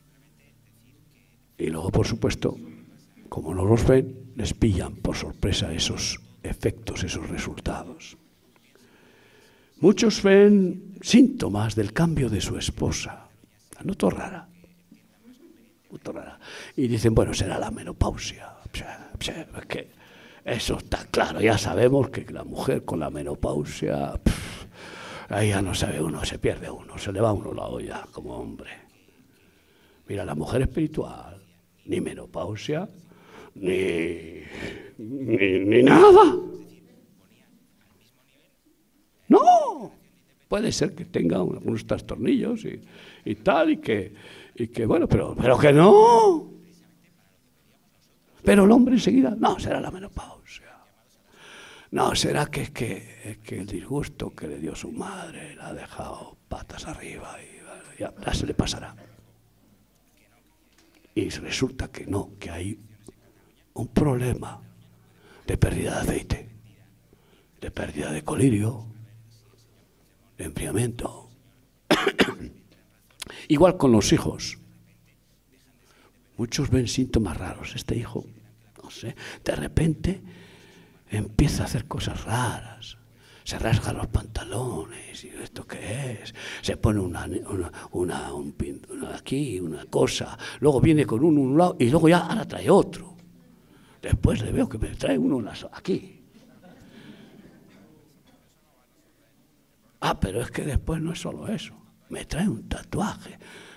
Y luego, por supuesto, como no los ven, les pillan por sorpresa esos efectos, esos resultados. Muchos ven síntomas del cambio de su esposa. La noto rara. Noto rara. Y dicen, bueno, será la menopausia. Es que eso está claro, ya sabemos que la mujer con la menopausia... Pff, ahí ya no sabe uno, se pierde uno, se le va uno la olla como hombre. Mira, la mujer espiritual, ni menopausia, ni, ni, ni nada. No, puede ser que tenga algunos trastornillos y, y tal, y que, y que bueno, pero, pero que no. Pero el hombre enseguida, no, será la menopausia. No, será que, que, que el disgusto que le dio su madre la ha dejado patas arriba y ya, ya se le pasará. Y resulta que no, que hay un problema de pérdida de aceite, de pérdida de colirio, de enfriamiento. Igual con los hijos. Muchos ven síntomas raros. Este hijo, no sé, de repente empieza a hacer cosas raras, se rasga los pantalones, y ¿esto qué es? Se pone una, una, una, un, una aquí, una cosa, luego viene con uno un lado y luego ya ahora trae otro. Después le veo que me trae uno aquí. Ah, pero es que después no es solo eso, me trae un tatuaje.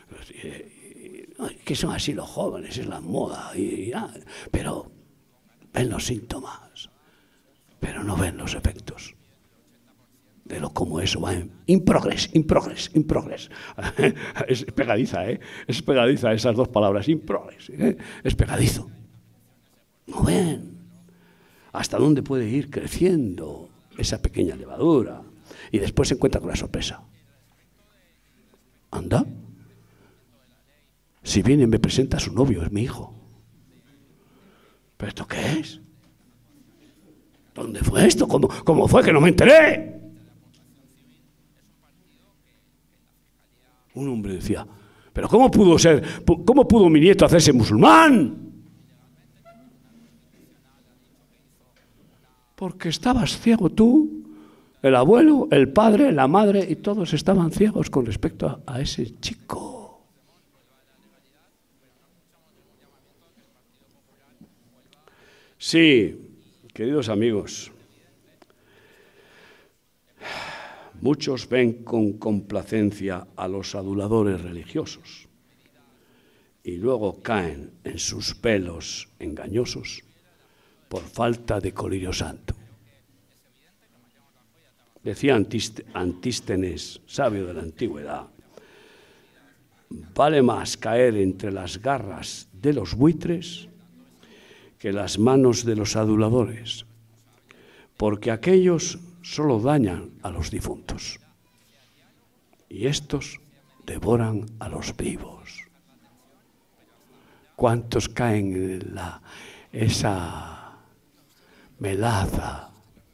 Que son así los jóvenes, es la moda, y, y, pero ven los síntomas. Pero no ven los efectos de lo como eso va en in progress, in progress, in progress. Es pegadiza, ¿eh? Es pegadiza esas dos palabras, in progress, ¿eh? Es pegadizo. No ven hasta dónde puede ir creciendo esa pequeña levadura y después se encuentra con la sorpresa. Anda, si viene y me presenta a su novio, es mi hijo. ¿Pero esto qué es? ¿Dónde fue esto? ¿Cómo, cómo fue que no me enteré? Un hombre decía, ¿pero cómo pudo ser, cómo pudo mi nieto hacerse musulmán? Porque estabas ciego tú, el abuelo, el padre, la madre, y todos estaban ciegos con respecto a, a ese chico. Sí, queridos amigos, Muchos ven con complacencia a los aduladores religiosos y luego caen en sus velos engañosos por falta de colirio santo. Decía Antístenes, sabio de la antigüedad, vale más caer entre las garras de los buitres que las manos de los aduladores, porque aquellos solo dañan a los difuntos y estos devoran a los vivos. ¿Cuántos caen en la, esa melaza?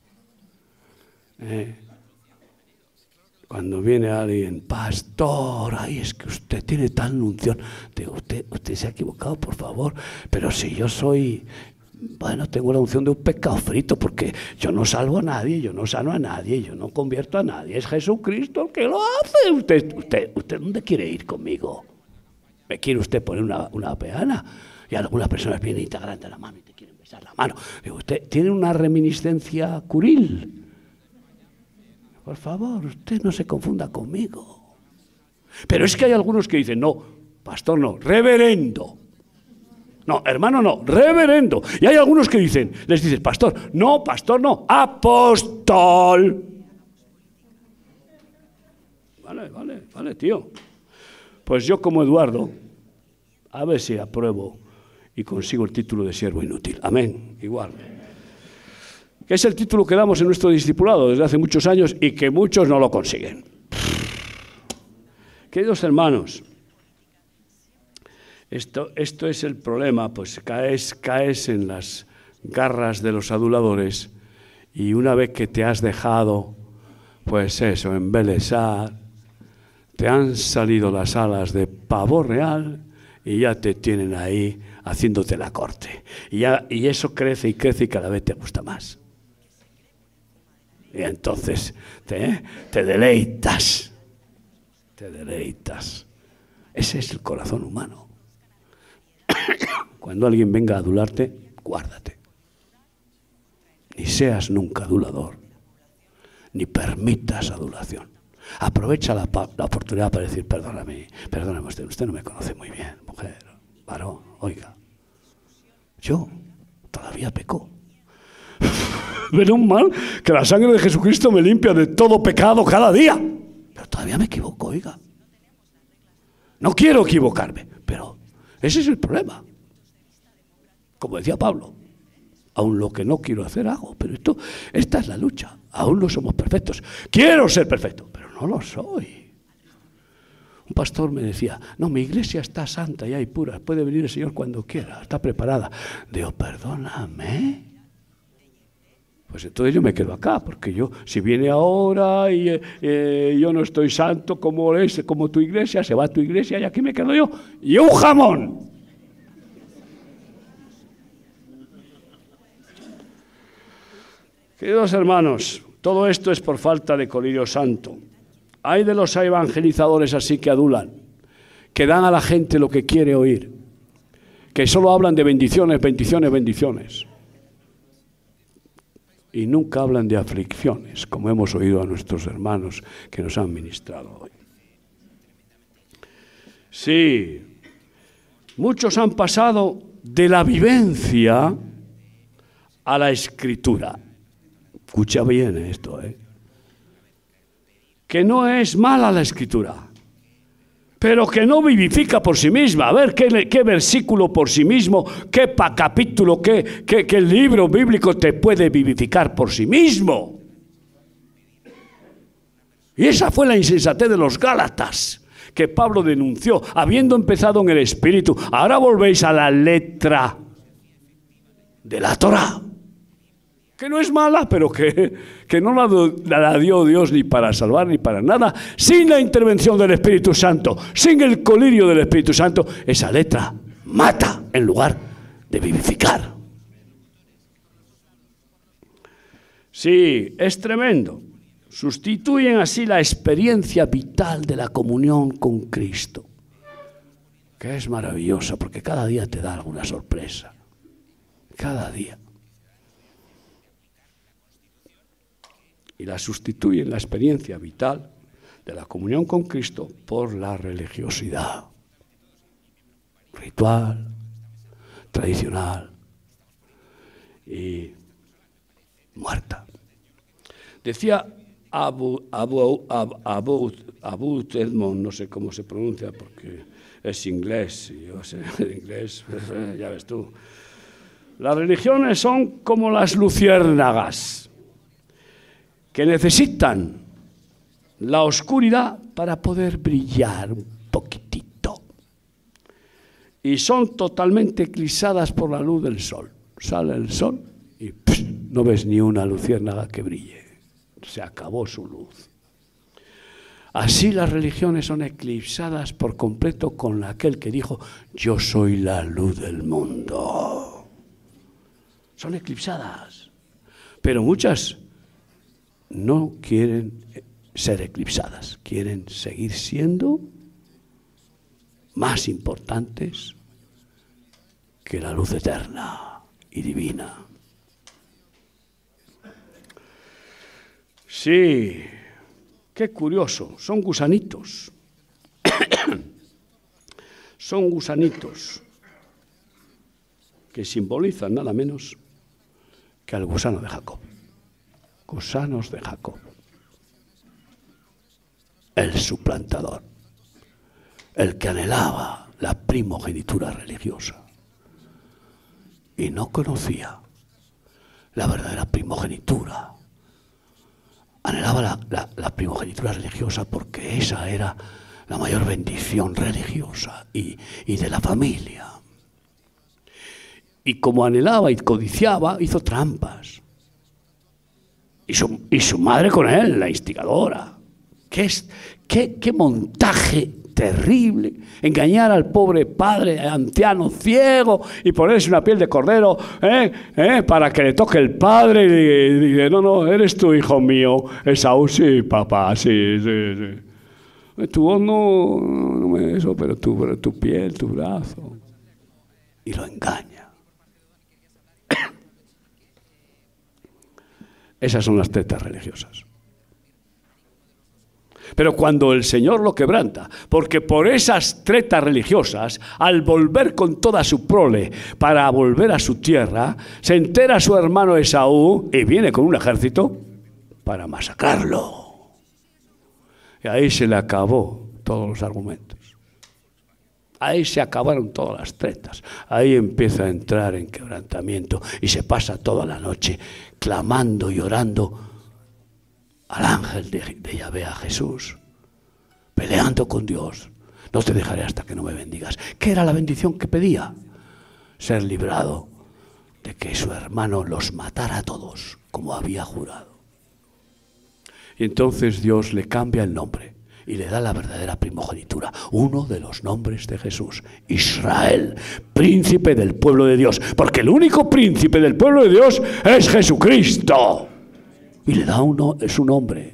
¿Eh? Cuando viene alguien, pastor, ay, es que usted tiene tal unción. Digo, usted, usted se ha equivocado, por favor. Pero si yo soy, bueno, tengo la unción de un pescado frito, porque yo no salvo a nadie, yo no sano a nadie, yo no convierto a nadie. Es Jesucristo el que lo hace. Usted, usted, usted, ¿dónde quiere ir conmigo? ¿Me quiere usted poner una, una peana? Y algunas personas vienen y te agarran la mano y te quieren besar la mano. Digo, usted tiene una reminiscencia curil. Por favor, usted no se confunda conmigo. Pero es que hay algunos que dicen, no, pastor no, reverendo. No, hermano no, reverendo. Y hay algunos que dicen, les dices, pastor, no, pastor no, apóstol. Vale, vale, vale, tío. Pues yo como Eduardo, a ver si apruebo y consigo el título de siervo inútil. Amén, igual. Que es el título que damos en nuestro discipulado desde hace muchos años y que muchos no lo consiguen. Queridos hermanos, esto, esto es el problema, pues caes, caes en las garras de los aduladores y una vez que te has dejado, pues eso, embelesar, te han salido las alas de pavo real y ya te tienen ahí haciéndote la corte. Y, ya, y eso crece y crece y cada vez te gusta más. Y entonces te, te deleitas, te deleitas. Ese es el corazón humano. Cuando alguien venga a adularte, guárdate. Ni seas nunca adulador, ni permitas adulación. Aprovecha la, la oportunidad para decir, perdóname, perdóname usted, usted no me conoce muy bien, mujer, varón, oiga. Yo todavía peco. Menos mal que la sangre de Jesucristo me limpia de todo pecado cada día. Pero todavía me equivoco, oiga. No quiero equivocarme, pero ese es el problema. Como decía Pablo, aún lo que no quiero hacer hago, pero esto, esta es la lucha. Aún no somos perfectos. Quiero ser perfecto, pero no lo soy. Un pastor me decía, no, mi iglesia está santa y hay pura, puede venir el Señor cuando quiera, está preparada. Digo, perdóname. Pues entonces yo me quedo acá, porque yo, si viene ahora y eh, yo no estoy santo como es, como tu iglesia, se va a tu iglesia y aquí me quedo yo, y un jamón. Queridos hermanos, todo esto es por falta de colirio santo. Hay de los evangelizadores así que adulan, que dan a la gente lo que quiere oír, que solo hablan de bendiciones, bendiciones, bendiciones. Y nunca hablan de aflicciones, como hemos oído a nuestros hermanos que nos han ministrado hoy. Sí, muchos han pasado de la vivencia a la escritura. Escucha bien esto, ¿eh? Que no es mala la escritura, pero que no vivifica por sí misma. A ver, ¿qué, qué versículo por sí mismo, qué pa, capítulo, qué, qué, qué libro bíblico te puede vivificar por sí mismo? Y esa fue la insensatez de los Gálatas, que Pablo denunció, habiendo empezado en el Espíritu. Ahora volvéis a la letra de la Torá, que no es mala, pero que, que no la, la dio Dios ni para salvar ni para nada. Sin la intervención del Espíritu Santo, sin el colirio del Espíritu Santo, esa letra mata en lugar de vivificar. Sí, es tremendo. Sustituyen así la experiencia vital de la comunión con Cristo, que es maravillosa porque cada día te da alguna sorpresa. Cada día. y la sustituyen la experiencia vital de la comunión con Cristo por la religiosidad ritual, tradicional y muerta. Decía Abu, Abu, Abu, Abu, Abu Edmond, no sé cómo se pronuncia porque es inglés, y yo sé el inglés, ya ves tú. Las religiones son como las luciérnagas, que necesitan la oscuridad para poder brillar un poquitito. Y son totalmente eclipsadas por la luz del sol. Sale el sol y pss, no ves ni una luciérnaga que brille. Se acabó su luz. Así las religiones son eclipsadas por completo con aquel que dijo, yo soy la luz del mundo. Son eclipsadas. Pero muchas no quieren ser eclipsadas, quieren seguir siendo más importantes que la luz eterna y divina. Sí, qué curioso, son gusanitos. Son gusanitos que simbolizan nada menos que al gusano de Jacob. Gusanos de Jacob. El suplantador, el que anhelaba la primogenitura religiosa y no conocía la verdadera primogenitura. Anhelaba la, la, la primogenitura religiosa porque esa era la mayor bendición religiosa y, y de la familia. Y como anhelaba y codiciaba, hizo trampas. Y su, y su madre con él, la instigadora. ¿Qué, es, qué, qué montaje terrible, engañar al pobre padre anciano ciego y ponerse una piel de cordero ¿eh? ¿Eh? para que le toque el padre y dice, no, no, eres tu hijo mío, Esaú, sí, papá, sí, sí, sí. Tu voz no, no me eso, pero tu, pero tu piel, tu brazo. Y lo engaña. Esas son las tetas religiosas. Pero cuando el Señor lo quebranta, porque por esas tretas religiosas, al volver con toda su prole para volver a su tierra, se entera su hermano Esaú y viene con un ejército para masacrarlo. Y ahí se le acabó todos los argumentos. Ahí se acabaron todas las tretas. Ahí empieza a entrar en quebrantamiento y se pasa toda la noche clamando y orando al ángel de, de Yahvé, a Jesús, peleando con Dios. No te dejaré hasta que no me bendigas. ¿Qué era la bendición que pedía? Ser librado de que su hermano los matara a todos, como había jurado. Y entonces Dios le cambia el nombre y le da la verdadera primogenitura, uno de los nombres de Jesús, Israel, príncipe del pueblo de Dios, porque el único príncipe del pueblo de Dios es Jesucristo. Y le da uno, su nombre.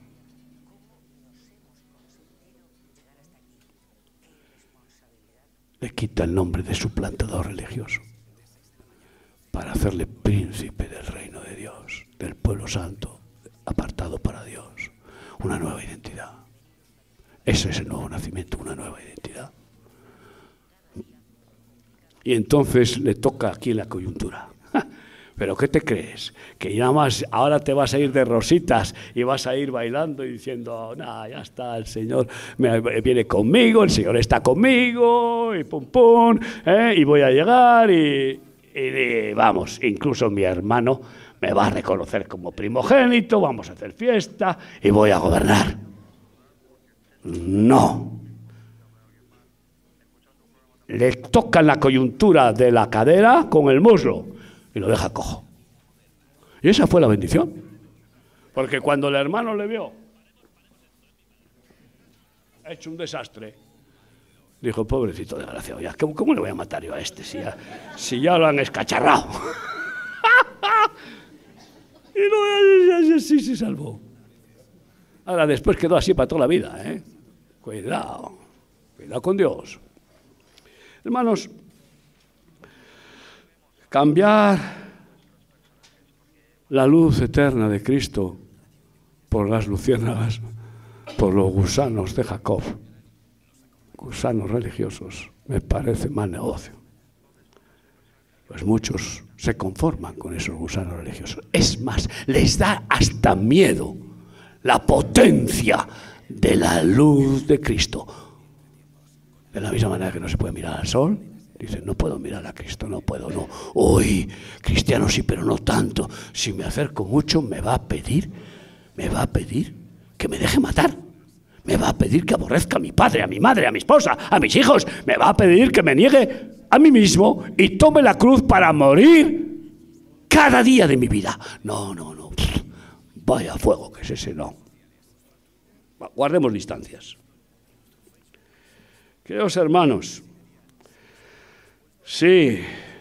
Le quita el nombre de suplantador religioso para hacerle príncipe del reino de Dios, del pueblo santo, apartado para Dios. Una nueva identidad. Ese es el nuevo nacimiento, una nueva identidad. Y entonces le toca aquí la coyuntura. ¿Pero qué te crees? Que nada más ahora te vas a ir de rositas y vas a ir bailando y diciendo, nada, ya está, el Señor me, viene conmigo, el Señor está conmigo, y pum pum, ¿eh? Y voy a llegar y, y, y vamos, incluso mi hermano me va a reconocer como primogénito, vamos a hacer fiesta y voy a gobernar. No. Le tocan la coyuntura de la cadera con el muslo y lo deja cojo. Y esa fue la bendición. Porque cuando el hermano le vio hecho un desastre, dijo, pobrecito desgraciado, ya, ¿cómo, ¿cómo le voy a matar yo a este si ya, si ya lo han escacharrado? Y no, sí se salvó. Ahora después quedó así para toda la vida, ¿eh? Cuidado, cuidado con Dios. Hermanos, cambiar la luz eterna de Cristo por las luciérnagas, por los gusanos de Jacob, gusanos religiosos, me parece mal negocio. Pues muchos se conforman con esos gusanos religiosos. Es más, les da hasta miedo la potencia de la luz de Cristo. De la misma manera que no se puede mirar al sol, dicen, no puedo mirar a Cristo, no puedo, no. Uy, cristiano sí, pero no tanto. Si me acerco mucho, me va a pedir, me va a pedir que me deje matar. Me va a pedir que aborrezca a mi padre, a mi madre, a mi esposa, a mis hijos. Me va a pedir que me niegue a mí mismo y tome la cruz para morir cada día de mi vida. No, no, no. Vaya fuego que es ese, no. Guardemos distancias. Queridos hermanos, sí,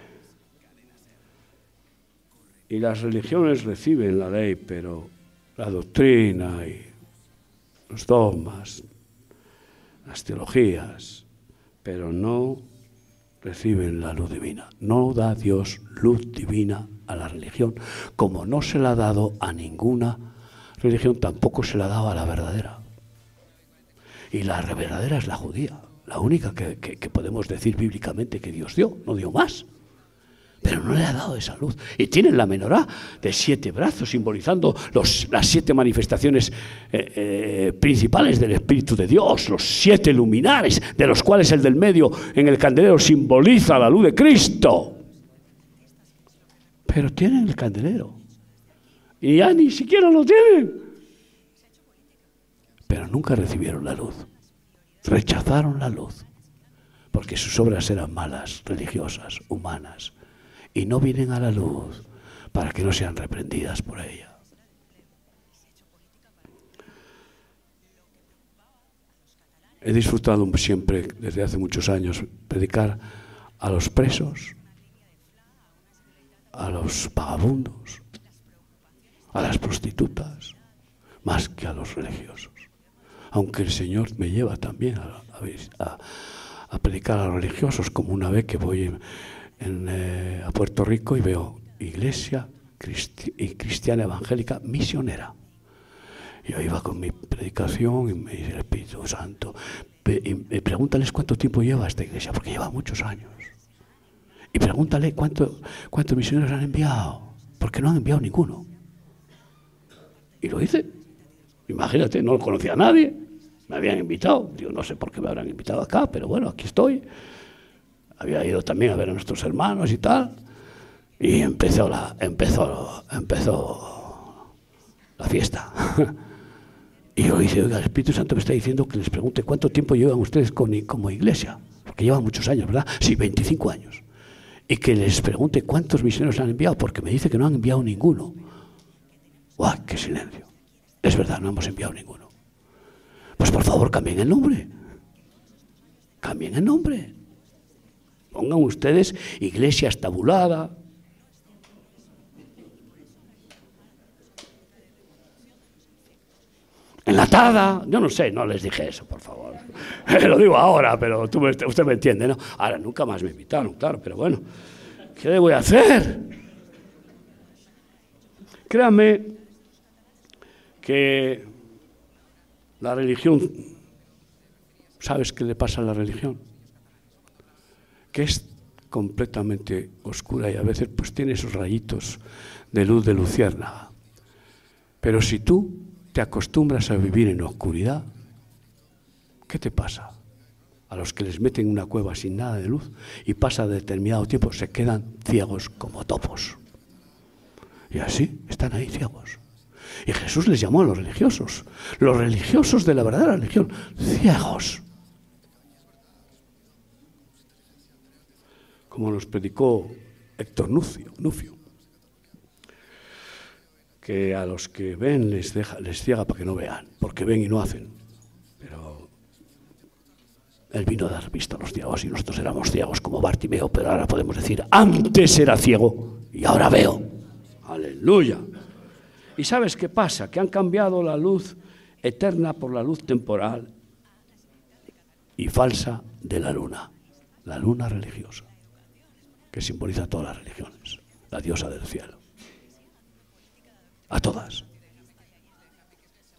y las religiones reciben la ley, pero la doctrina y los dogmas, las teologías, pero no reciben la luz divina. No da Dios luz divina a la religión, como no se la ha dado a ninguna religión, tampoco se la ha dado a la verdadera. Y la verdadera es la judía, la única que, que, que podemos decir bíblicamente que Dios dio, no dio más. Pero no le ha dado esa luz. Y tienen la menorá de siete brazos, simbolizando los, las siete manifestaciones eh, eh, principales del Espíritu de Dios, los siete luminares, de los cuales el del medio en el candelero simboliza la luz de Cristo. Pero tienen el candelero. Y ya ni siquiera lo tienen. Pero nunca recibieron la luz. Rechazaron la luz. Porque sus obras eran malas, religiosas, humanas. Y no vienen a la luz para que no sean reprendidas por ella. He disfrutado siempre, desde hace muchos años, predicar a los presos, a los vagabundos, a las prostitutas, más que a los religiosos. Aunque el Señor me lleva también a, a, a predicar a los religiosos, como una vez que voy en, en, eh, a Puerto Rico y veo iglesia cristi y cristiana evangélica misionera. Yo iba con mi predicación y me dice el Espíritu Santo, y pregúntales cuánto tiempo lleva esta iglesia, porque lleva muchos años. Y pregúntale cuánto, cuántos misioneros han enviado, porque no han enviado ninguno. Y lo hice. Imagínate, no conocía a nadie, me habían invitado. Digo, no sé por qué me habrán invitado acá, pero bueno, aquí estoy. Había ido también a ver a nuestros hermanos y tal. Y empezó la, empezó, empezó la fiesta. Y yo dije, oiga, el Espíritu Santo me está diciendo que les pregunte cuánto tiempo llevan ustedes con, como iglesia. Porque llevan muchos años, ¿verdad? Sí, veinticinco años. Y que les pregunte cuántos misioneros han enviado, porque me dice que no han enviado ninguno. ¡Guau, qué silencio! Es verdad, no hemos enviado ninguno. Pues por favor, cambien el nombre. Cambien el nombre. Pongan ustedes iglesias tabulada. Enlatada. Yo no sé, no les dije eso, por favor. Lo digo ahora, pero tú, usted me entiende, ¿no? Ahora, nunca más me invitaron, claro, pero bueno. ¿Qué le voy a hacer? Créanme que la religión, ¿sabes qué le pasa a la religión? Que es completamente oscura y a veces pues tiene esos rayitos de luz de luciérnaga. Pero si tú te acostumbras a vivir en oscuridad, ¿qué te pasa? A los que les meten en una cueva sin nada de luz y pasa determinado tiempo se quedan ciegos como topos. Y así están ahí ciegos. Y Jesús les llamó a los religiosos, los religiosos de la verdadera religión, ciegos. Como nos predicó Héctor Nufio, Nufio, que a los que ven les, deja, les ciega para que no vean, porque ven y no hacen. Pero Él vino a dar vista a los ciegos y nosotros éramos ciegos como Bartimeo, pero ahora podemos decir, antes era ciego y ahora veo. Aleluya. ¿Y sabes qué pasa? Que han cambiado la luz eterna por la luz temporal y falsa de la luna, la luna religiosa, que simboliza a todas las religiones, la diosa del cielo, a todas.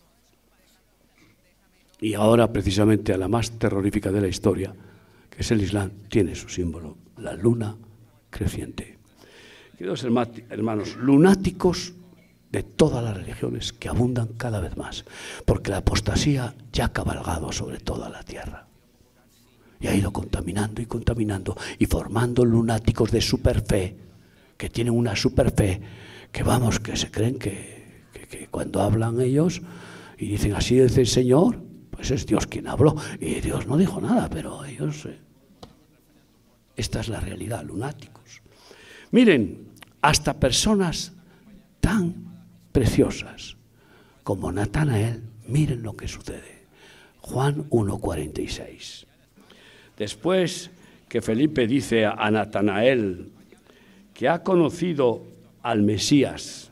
Y ahora, precisamente, a la más terrorífica de la historia, que es el Islam, tiene su símbolo, la luna creciente. Queridos hermanos, lunáticos de todas las religiones que abundan cada vez más, porque la apostasía ya ha cabalgado sobre toda la tierra y ha ido contaminando y contaminando y formando lunáticos de superfe, que tienen una superfe, que vamos, que se creen que, que, que cuando hablan ellos y dicen así dice el Señor, pues es Dios quien habló, y Dios no dijo nada, pero ellos... Eh, esta es la realidad, lunáticos. Miren, hasta personas tan preciosas como Natanael, miren lo que sucede. Juan uno cuarenta y seis. Después que Felipe dice a Natanael que ha conocido al Mesías,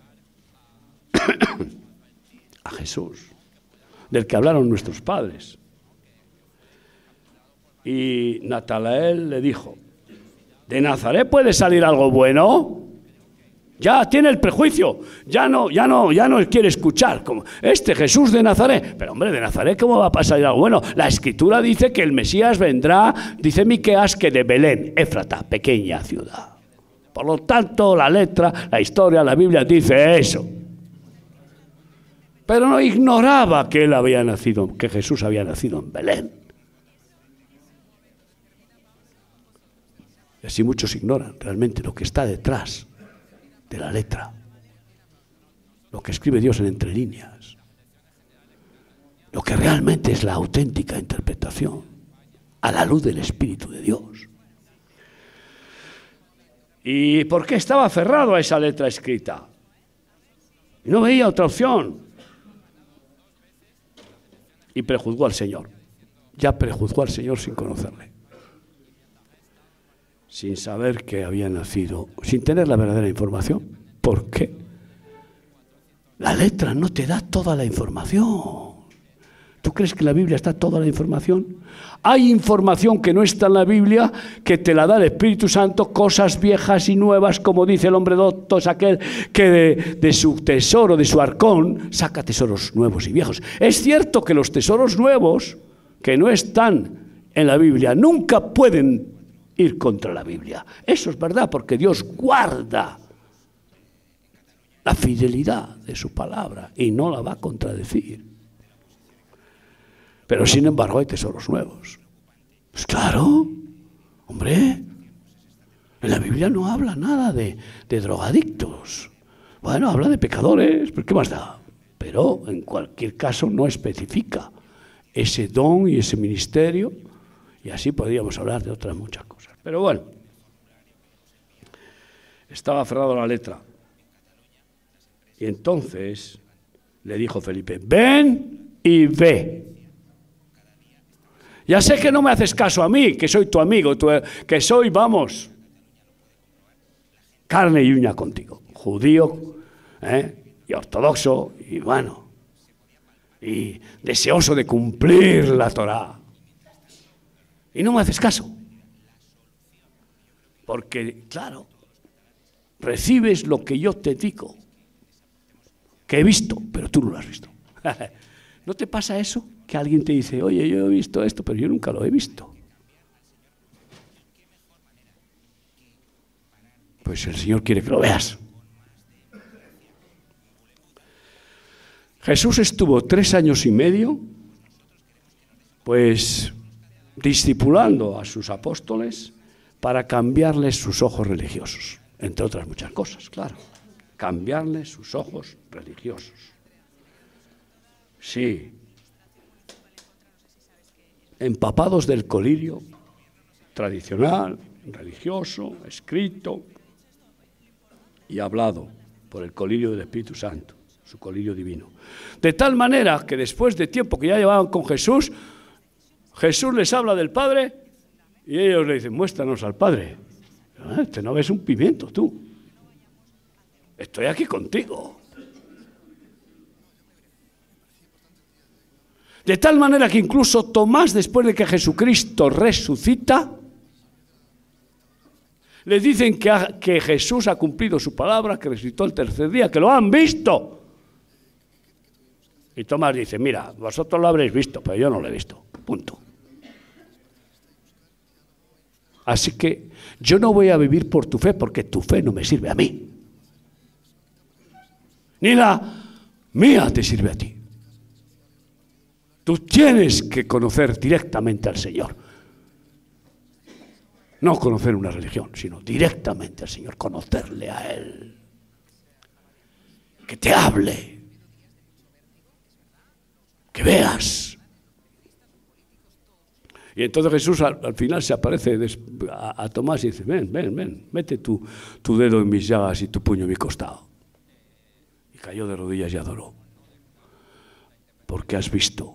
a Jesús, del que hablaron nuestros padres, y Natanael le dijo: ¿de Nazaret puede salir algo bueno? Ya tiene el prejuicio, ya no, ya no, ya no quiere escuchar, como este Jesús de Nazaret. Pero hombre, de Nazaret, ¿cómo va a pasar algo bueno? La Escritura dice que el Mesías vendrá, dice Miqueas, que de Belén, Éfrata, pequeña ciudad. Por lo tanto, la letra, la historia, la Biblia dice eso. Pero no ignoraba que él había nacido, que Jesús había nacido en Belén. Y así muchos ignoran realmente lo que está detrás de la letra, lo que escribe Dios en entre líneas, lo que realmente es la auténtica interpretación a la luz del Espíritu de Dios. ¿Y por qué estaba aferrado a esa letra escrita? Y no veía otra opción. Y prejuzgó al Señor. Ya prejuzgó al Señor sin conocerle, sin saber que había nacido, sin tener la verdadera información. ¿Por qué? La letra no te da toda la información. ¿Tú crees que en la Biblia está toda la información? Hay información que no está en la Biblia, que te la da el Espíritu Santo, cosas viejas y nuevas, como dice el hombre docto, es aquel que de, de su tesoro, de su arcón, saca tesoros nuevos y viejos. Es cierto que los tesoros nuevos, que no están en la Biblia, nunca pueden ir contra la Biblia. Eso es verdad, porque Dios guarda la fidelidad de su palabra y no la va a contradecir. Pero sin embargo hay tesoros nuevos. Pues claro, hombre, en la Biblia no habla nada de, de drogadictos. Bueno, habla de pecadores, pero ¿qué más da? Pero en cualquier caso no especifica ese don y ese ministerio, y así podríamos hablar de otras muchas cosas. Pero bueno, estaba aferrado a la letra. Y entonces le dijo Felipe: ven y ve. Ya sé que no me haces caso a mí, que soy tu amigo, tu, que soy, vamos, carne y uña contigo, judío, ¿eh? y ortodoxo, y bueno, y deseoso de cumplir la Torá. Y no me haces caso. Porque, claro, recibes lo que yo te digo, que he visto, pero tú no lo has visto. ¿No te pasa eso? Que alguien te dice: oye, yo he visto esto, pero yo nunca lo he visto. Pues el Señor quiere que lo veas. Jesús estuvo tres años y medio, pues, discipulando a sus apóstoles para cambiarles sus ojos religiosos, entre otras muchas cosas, claro. Cambiarles sus ojos religiosos. Sí. Empapados del colirio tradicional, religioso, escrito y hablado por el colirio del Espíritu Santo, su colirio divino. De tal manera que después de tiempo que ya llevaban con Jesús, Jesús les habla del Padre y ellos le dicen: muéstranos al Padre. Este no ves un pimiento, tú. Estoy aquí contigo. De tal manera que incluso Tomás, después de que Jesucristo resucita, les dicen que, ha, que Jesús ha cumplido su palabra, que resucitó el tercer día, que lo han visto. Y Tomás dice, mira, vosotros lo habréis visto, pero yo no lo he visto. Punto. Así que yo no voy a vivir por tu fe, porque tu fe no me sirve a mí. Ni la mía te sirve a ti. Tú tienes que conocer directamente al Señor. No conocer una religión, sino directamente al Señor, conocerle a Él. Que te hable. Que veas. Y entonces Jesús al, al final se aparece a, a Tomás y dice, ven, ven, ven, mete tu, tu dedo en mis llagas y tu puño en mi costado. Y cayó de rodillas y adoró. Porque has visto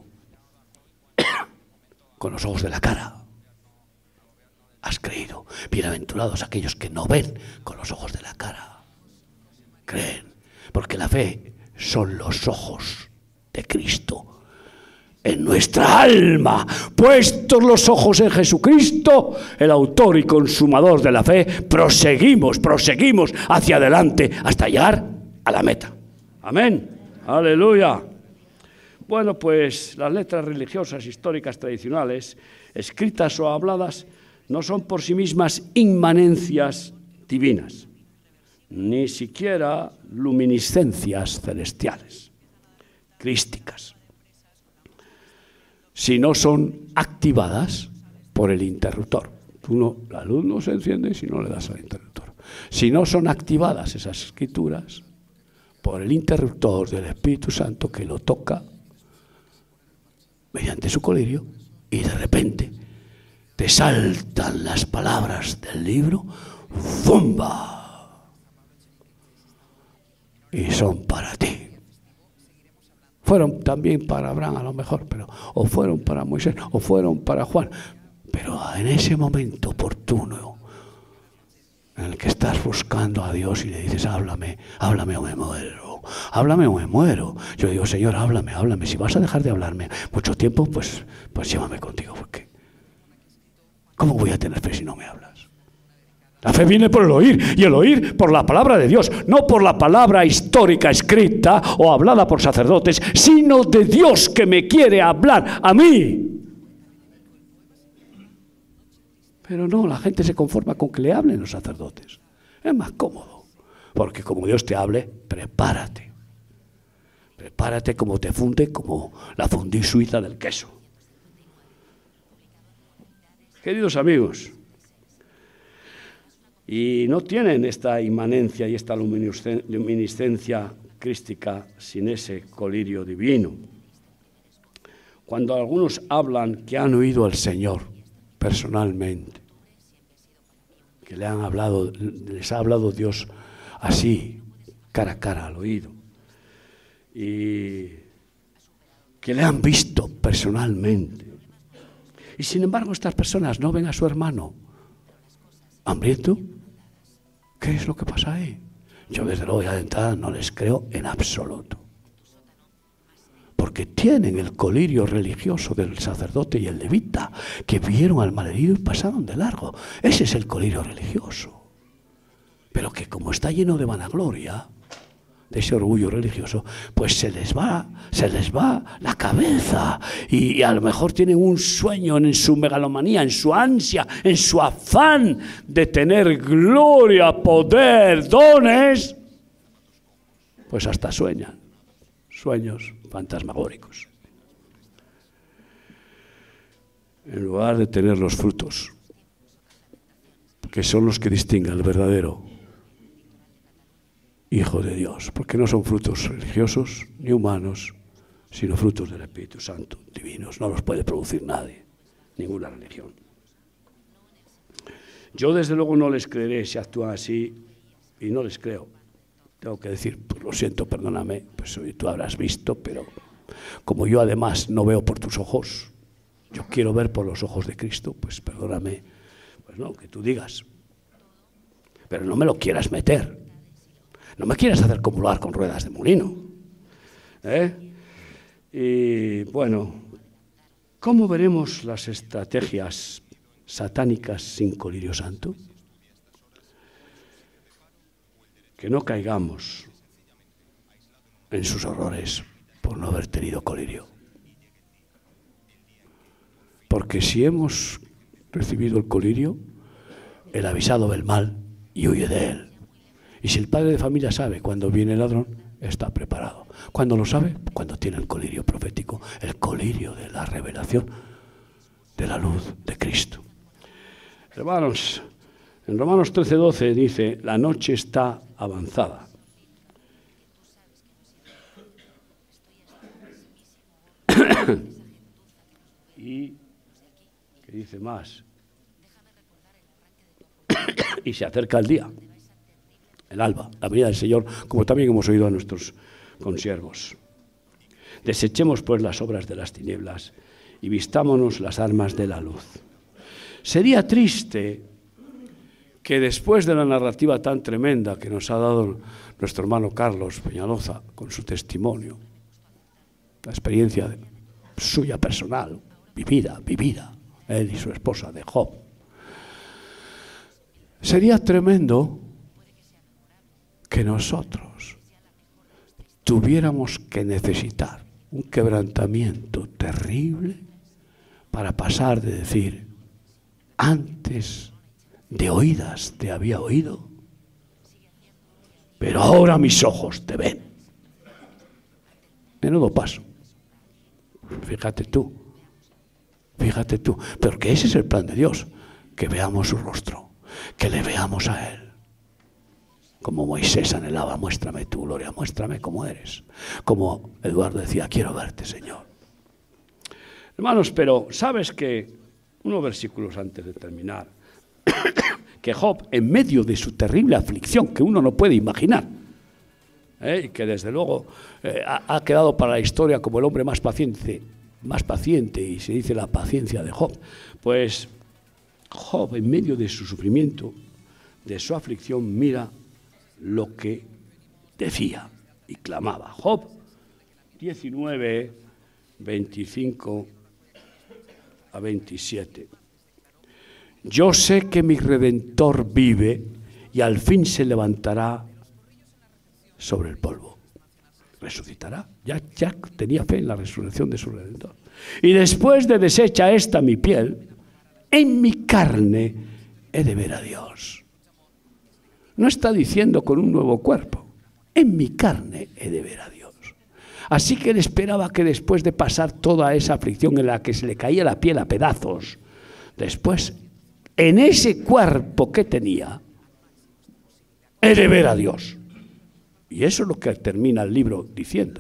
con los ojos de la cara. Has creído. Bienaventurados aquellos que no ven con los ojos de la cara. Creen. Porque la fe son los ojos de Cristo en nuestra alma. Puestos los ojos en Jesucristo, el autor y consumador de la fe, proseguimos, proseguimos hacia adelante hasta llegar a la meta. Amén. Aleluya. Bueno, pues las letras religiosas, históricas, tradicionales, escritas o habladas, no son por sí mismas inmanencias divinas, ni siquiera luminiscencias celestiales, crísticas, sino son activadas por el interruptor. Tú no, la luz no se enciende si no le das al interruptor. Si no son activadas esas escrituras por el interruptor del Espíritu Santo que lo toca mediante su colirio y de repente te saltan las palabras del libro, ¡zumba! Y son para ti. Fueron también para Abraham a lo mejor, pero o fueron para Moisés, o fueron para Juan. Pero en ese momento oportuno en el que estás buscando a Dios y le dices, háblame, háblame o me muero, háblame o me muero. Yo digo, Señor, háblame, háblame. Si vas a dejar de hablarme mucho tiempo, pues, pues llévame contigo, porque ¿cómo voy a tener fe si no me hablas? La fe viene por el oír, y el oír por la palabra de Dios, no por la palabra histórica escrita o hablada por sacerdotes, sino de Dios que me quiere hablar a mí. Pero no, la gente se conforma con que le hablen los sacerdotes. Es más cómodo, porque como Dios te hable, prepárate. Prepárate como te funde, como la fondue suiza del queso. Queridos amigos, y no tienen esta inmanencia y esta luminiscencia crística sin ese colirio divino. Cuando algunos hablan que han oído al Señor personalmente, que le han hablado, les ha hablado Dios así, cara a cara al oído, y que le han visto personalmente, y sin embargo estas personas no ven a su hermano hambriento, ¿qué es lo que pasa ahí? Yo desde luego ya de entrada no les creo en absoluto. Porque tienen el colirio religioso del sacerdote y el levita, que vieron al malherido y pasaron de largo. Ese es el colirio religioso. Pero que como está lleno de vanagloria, de ese orgullo religioso, pues se les va, se les va la cabeza y, y a lo mejor tienen un sueño en su megalomanía, en su ansia, en su afán de tener gloria, poder, dones, pues hasta sueñan, sueños fantasmagóricos. En lugar de tener los frutos, que son los que distinguen al verdadero Hijo de Dios, porque no son frutos religiosos ni humanos, sino frutos del Espíritu Santo, divinos. No los puede producir nadie, ninguna religión. Yo desde luego no les creeré si actúan así, y no les creo. Tengo que decir, pues lo siento, perdóname, pues hoy tú habrás visto, pero como yo además no veo por tus ojos, yo quiero ver por los ojos de Cristo, pues perdóname, pues no, que tú digas. Pero no me lo quieras meter. No me quieras hacer copular con ruedas de molino. ¿Eh? Y bueno, ¿cómo veremos las estrategias satánicas sin colirio santo? Que no caigamos en sus horrores por no haber tenido colirio. Porque si hemos recibido el colirio, el avisado ve el mal y huye de él. Y si el padre de familia sabe cuando viene el ladrón, está preparado. ¿Cuándo lo sabe? Cuando tiene el colirio profético, el colirio de la revelación de la luz de Cristo. Hermanos, en Romanos trece doce dice, la noche está avanzada. Y, ¿qué dice más? Y se acerca el día, el alba, la venida del Señor, como también hemos oído a nuestros consiervos. Desechemos pues las obras de las tinieblas y vistámonos las armas de la luz. Sería triste que después de la narrativa tan tremenda que nos ha dado nuestro hermano Carlos Peñaloza con su testimonio, la experiencia de, suya personal, vivida, vivida, él y su esposa de Job, sería tremendo que nosotros tuviéramos que necesitar un quebrantamiento terrible para pasar de decir, antes de oídas te había oído, pero ahora mis ojos te ven. Menudo paso. Fíjate tú, fíjate tú, pero que ese es el plan de Dios, que veamos su rostro, que le veamos a Él. Como Moisés anhelaba, muéstrame tu gloria, muéstrame cómo eres. Como Eduardo decía, quiero verte, Señor. Hermanos, pero ¿sabes que unos versículos antes de terminar, que Job, en medio de su terrible aflicción, que uno no puede imaginar, ¿eh? y que desde luego eh, ha, ha quedado para la historia como el hombre más paciente, más paciente, y se dice la paciencia de Job, pues Job, en medio de su sufrimiento, de su aflicción, mira lo que decía y clamaba. Job diecinueve, veinticinco a veintisiete. Yo sé que mi Redentor vive y al fin se levantará sobre el polvo. Resucitará. Ya, ya tenía fe en la resurrección de su Redentor. Y después de deshecha esta mi piel, en mi carne he de ver a Dios. No está diciendo con un nuevo cuerpo. En mi carne he de ver a Dios. Así que él esperaba que después de pasar toda esa aflicción en la que se le caía la piel a pedazos, después, en ese cuerpo que tenía, he de ver a Dios. Y eso es lo que termina el libro diciendo.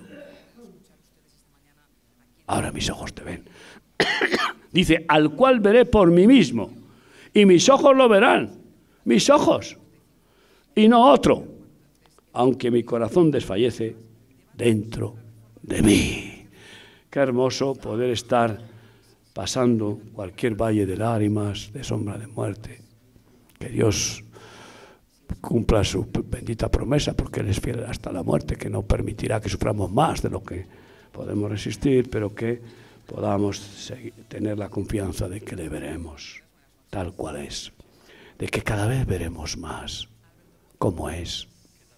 Ahora mis ojos te ven. Dice, al cual veré por mí mismo, y mis ojos lo verán, mis ojos, y no otro, aunque mi corazón desfallece dentro de mí. Qué hermoso poder estar pasando cualquier valle de lágrimas, de sombra de muerte. Que Dios cumpla su bendita promesa, porque Él es fiel hasta la muerte, que no permitirá que suframos más de lo que podemos resistir, pero que podamos seguir, tener la confianza de que le veremos tal cual es, de que cada vez veremos más cómo es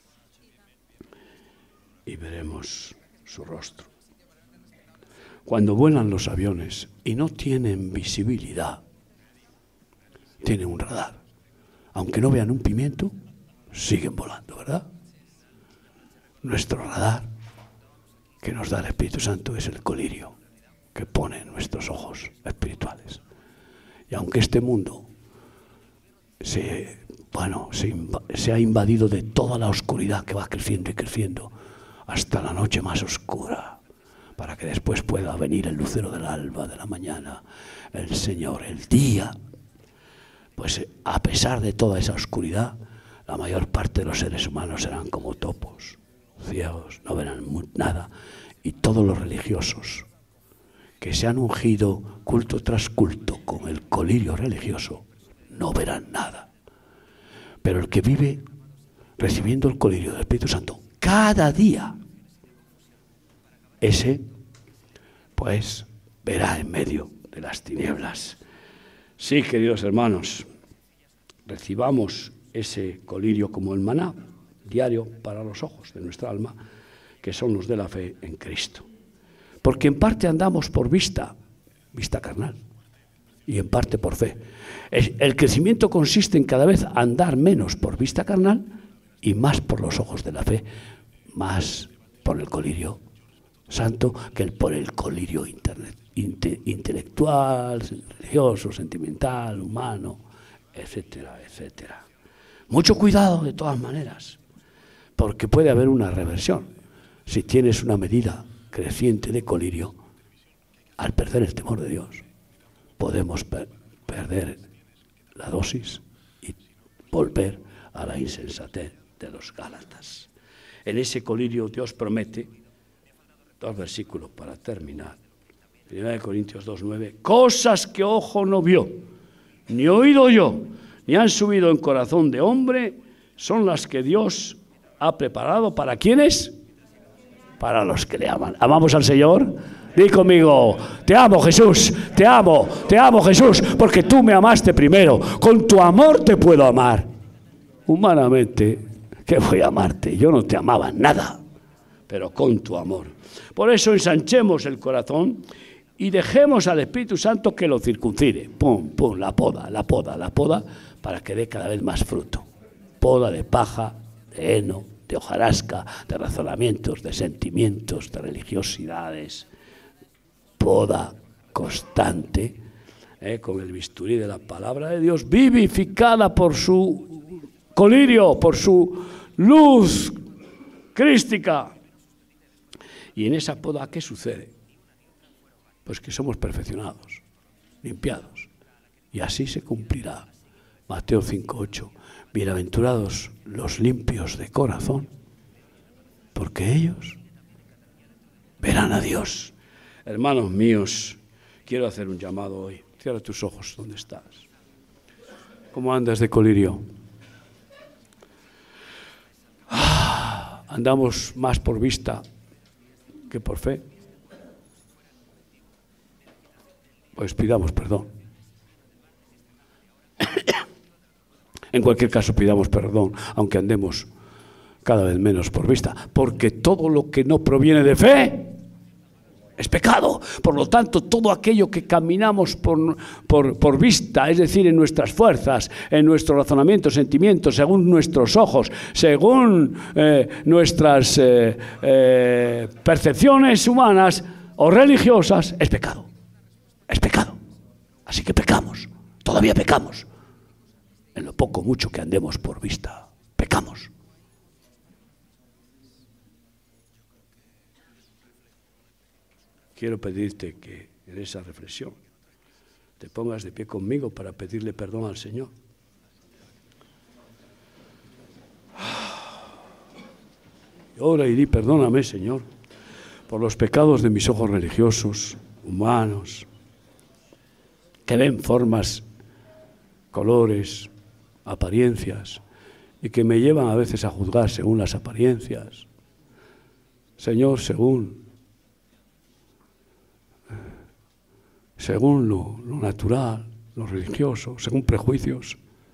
y veremos su rostro. Cuando vuelan los aviones y no tienen visibilidad, tienen un radar. Aunque no vean un pimiento, siguen volando, ¿verdad? Nuestro radar que nos da el Espíritu Santo es el colirio que pone en nuestros ojos espirituales. Y aunque este mundo se, bueno, se, se ha invadido de toda la oscuridad que va creciendo y creciendo hasta la noche más oscura, para que después pueda venir el lucero del alba, de la mañana, el Señor, el día, pues a pesar de toda esa oscuridad, la mayor parte de los seres humanos serán como topos, ciegos, no verán nada. Y todos los religiosos que se han ungido culto tras culto con el colirio religioso, no verán nada. Pero el que vive recibiendo el colirio del Espíritu Santo cada día, ese pues verá en medio de las tinieblas. Sí, queridos hermanos, recibamos ese colirio como el maná diario para los ojos de nuestra alma, que son los de la fe en Cristo. Porque en parte andamos por vista, vista carnal, y en parte por fe. El crecimiento consiste en cada vez andar menos por vista carnal y más por los ojos de la fe, más por el colirio santo que el, por el colirio internet, inte, intelectual, religioso, sentimental, humano, etcétera, etcétera. Mucho cuidado de todas maneras, porque puede haber una reversión. Si tienes una medida creciente de colirio, al perder el temor de Dios, podemos per perder la dosis y volver a la insensatez de los Gálatas. En ese colirio Dios promete, dos versículos para terminar, primera de Corintios dos, nueve, cosas que ojo no vio, ni oído yo, ni han subido en corazón de hombre, son las que Dios ha preparado para ¿quiénes? Para los que le aman. ¿Amamos al Señor? Di conmigo, te amo Jesús, te amo, te amo Jesús, porque tú me amaste primero. Con tu amor te puedo amar. Humanamente, ¿qué voy a amarte? Yo no te amaba nada, pero con tu amor. Por eso ensanchemos el corazón y dejemos al Espíritu Santo que lo circuncide. Pum, pum, la poda, la poda, la poda, para que dé cada vez más fruto. Poda de paja, de heno, de hojarasca, de razonamientos, de sentimientos, de religiosidades. Poda constante, eh, con el bisturí de la palabra de Dios, vivificada por su colirio, por su luz crística. Y en esa poda, ¿qué sucede? Pues que somos perfeccionados, limpiados. Y así se cumplirá. Mateo cinco, ocho. Bienaventurados los limpios de corazón, porque ellos verán a Dios. Hermanos míos, quiero hacer un llamado hoy. Cierra tus ojos, ¿dónde estás? ¿Cómo andas de colirio? Ah, andamos más por vista que por fe. Pues pidamos perdón. En cualquier caso, pidamos perdón, aunque andemos cada vez menos por vista, porque todo lo que no proviene de fe es pecado. Por lo tanto, todo aquello que caminamos por, por, por vista, es decir, en nuestras fuerzas, en nuestros razonamientos, sentimientos, según nuestros ojos, según eh, nuestras eh, eh, percepciones humanas o religiosas, es pecado. Es pecado. Así que pecamos. Todavía pecamos. En lo poco mucho que andemos por vista, pecamos. Quiero pedirte que en esa reflexión te pongas de pie conmigo para pedirle perdón al Señor. Y ora y di, perdóname, Señor, por los pecados de mis ojos religiosos, humanos, que ven formas, colores, apariencias, y que me llevan a veces a juzgar según las apariencias. Señor, según según lo, lo natural, lo religioso, según prejuicios,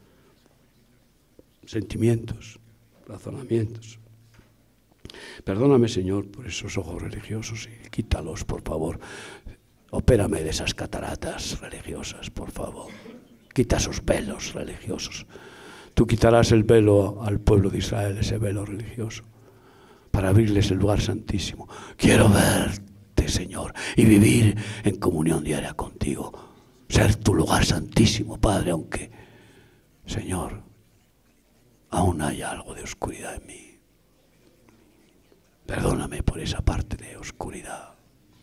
sentimientos, razonamientos. Perdóname, Señor, por esos ojos religiosos y quítalos, por favor. Opérame de esas cataratas religiosas, por favor. Quita esos velos religiosos. Tú quitarás el velo al pueblo de Israel, ese velo religioso, para abrirles el lugar santísimo. Quiero verte, Señor, y vivir en comunión diaria contigo. Ser tu lugar santísimo, Padre, aunque, Señor, aún haya algo de oscuridad en mí. Perdóname por esa parte de oscuridad.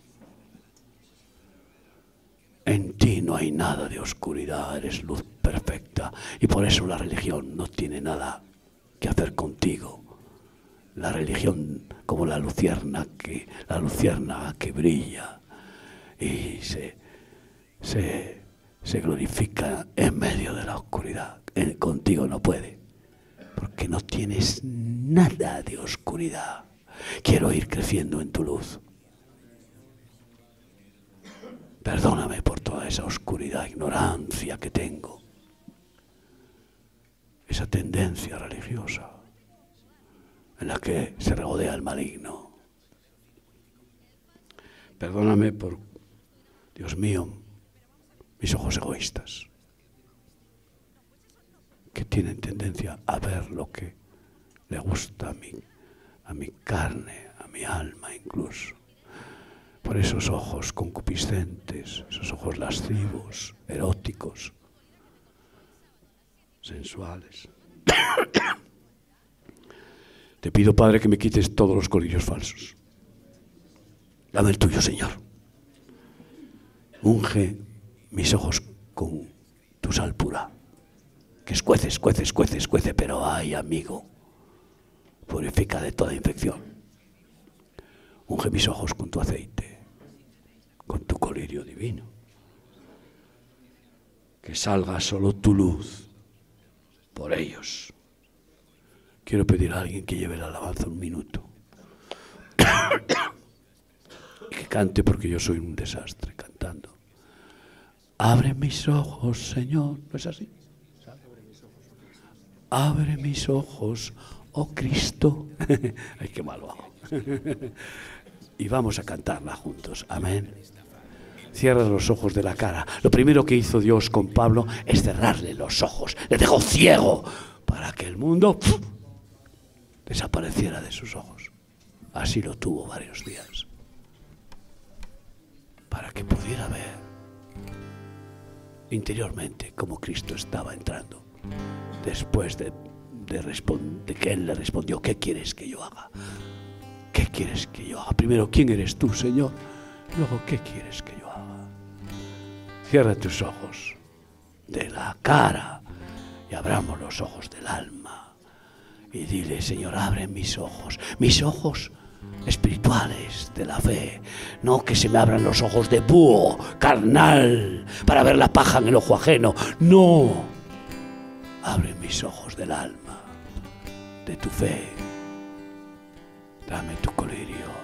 En ti no hay nada de oscuridad, eres luz perfecta, y por eso la religión no tiene nada que hacer contigo. La religión como la lucierna que, la luciérnaga que brilla y se, se, se glorifica en medio de la oscuridad. En, contigo no puede, porque no tienes nada de oscuridad. Quiero ir creciendo en tu luz. Perdóname por toda esa oscuridad, ignorancia que tengo, esa tendencia religiosa en la que se regodea el maligno. Perdóname por, Dios mío, mis ojos egoístas, que tienen tendencia a ver lo que le gusta a mí, a mi carne, a mi alma incluso. Por esos ojos concupiscentes, esos ojos lascivos, eróticos, sensuales. Te pido, Padre, que me quites todos los colirios falsos. Dame el tuyo, Señor. Unge mis ojos con tu sal pura, que escuece, escuece, escuece, escuece, pero ay, amigo, purifica de toda infección. Unge mis ojos con tu aceite, con tu colirio divino. Que salga solo tu luz por ellos. Quiero pedir a alguien que lleve la alabanza un minuto. Y que cante, porque yo soy un desastre cantando. Abre mis ojos, Señor. ¿No es así? Abre mis ojos, oh Cristo. Ay, qué malo hago. Y vamos a cantarla juntos. Amén. Cierra los ojos de la cara. Lo primero que hizo Dios con Pablo es cerrarle los ojos. Le dejó ciego para que el mundo ¡puf!, desapareciera de sus ojos. Así lo tuvo varios días. Para que pudiera ver interiormente cómo Cristo estaba entrando. Después de, de, de que Él le respondió: ¿qué quieres que yo haga? ¿Qué quieres que yo haga? Primero, ¿quién eres tú, Señor? Luego, ¿qué quieres que yo haga? Cierra tus ojos de la cara y abramos los ojos del alma. Y dile: Señor, abre mis ojos, mis ojos espirituales de la fe. No que se me abran los ojos de búho, carnal, para ver la paja en el ojo ajeno. No. Abre mis ojos del alma, de tu fe. Dame tu colirio.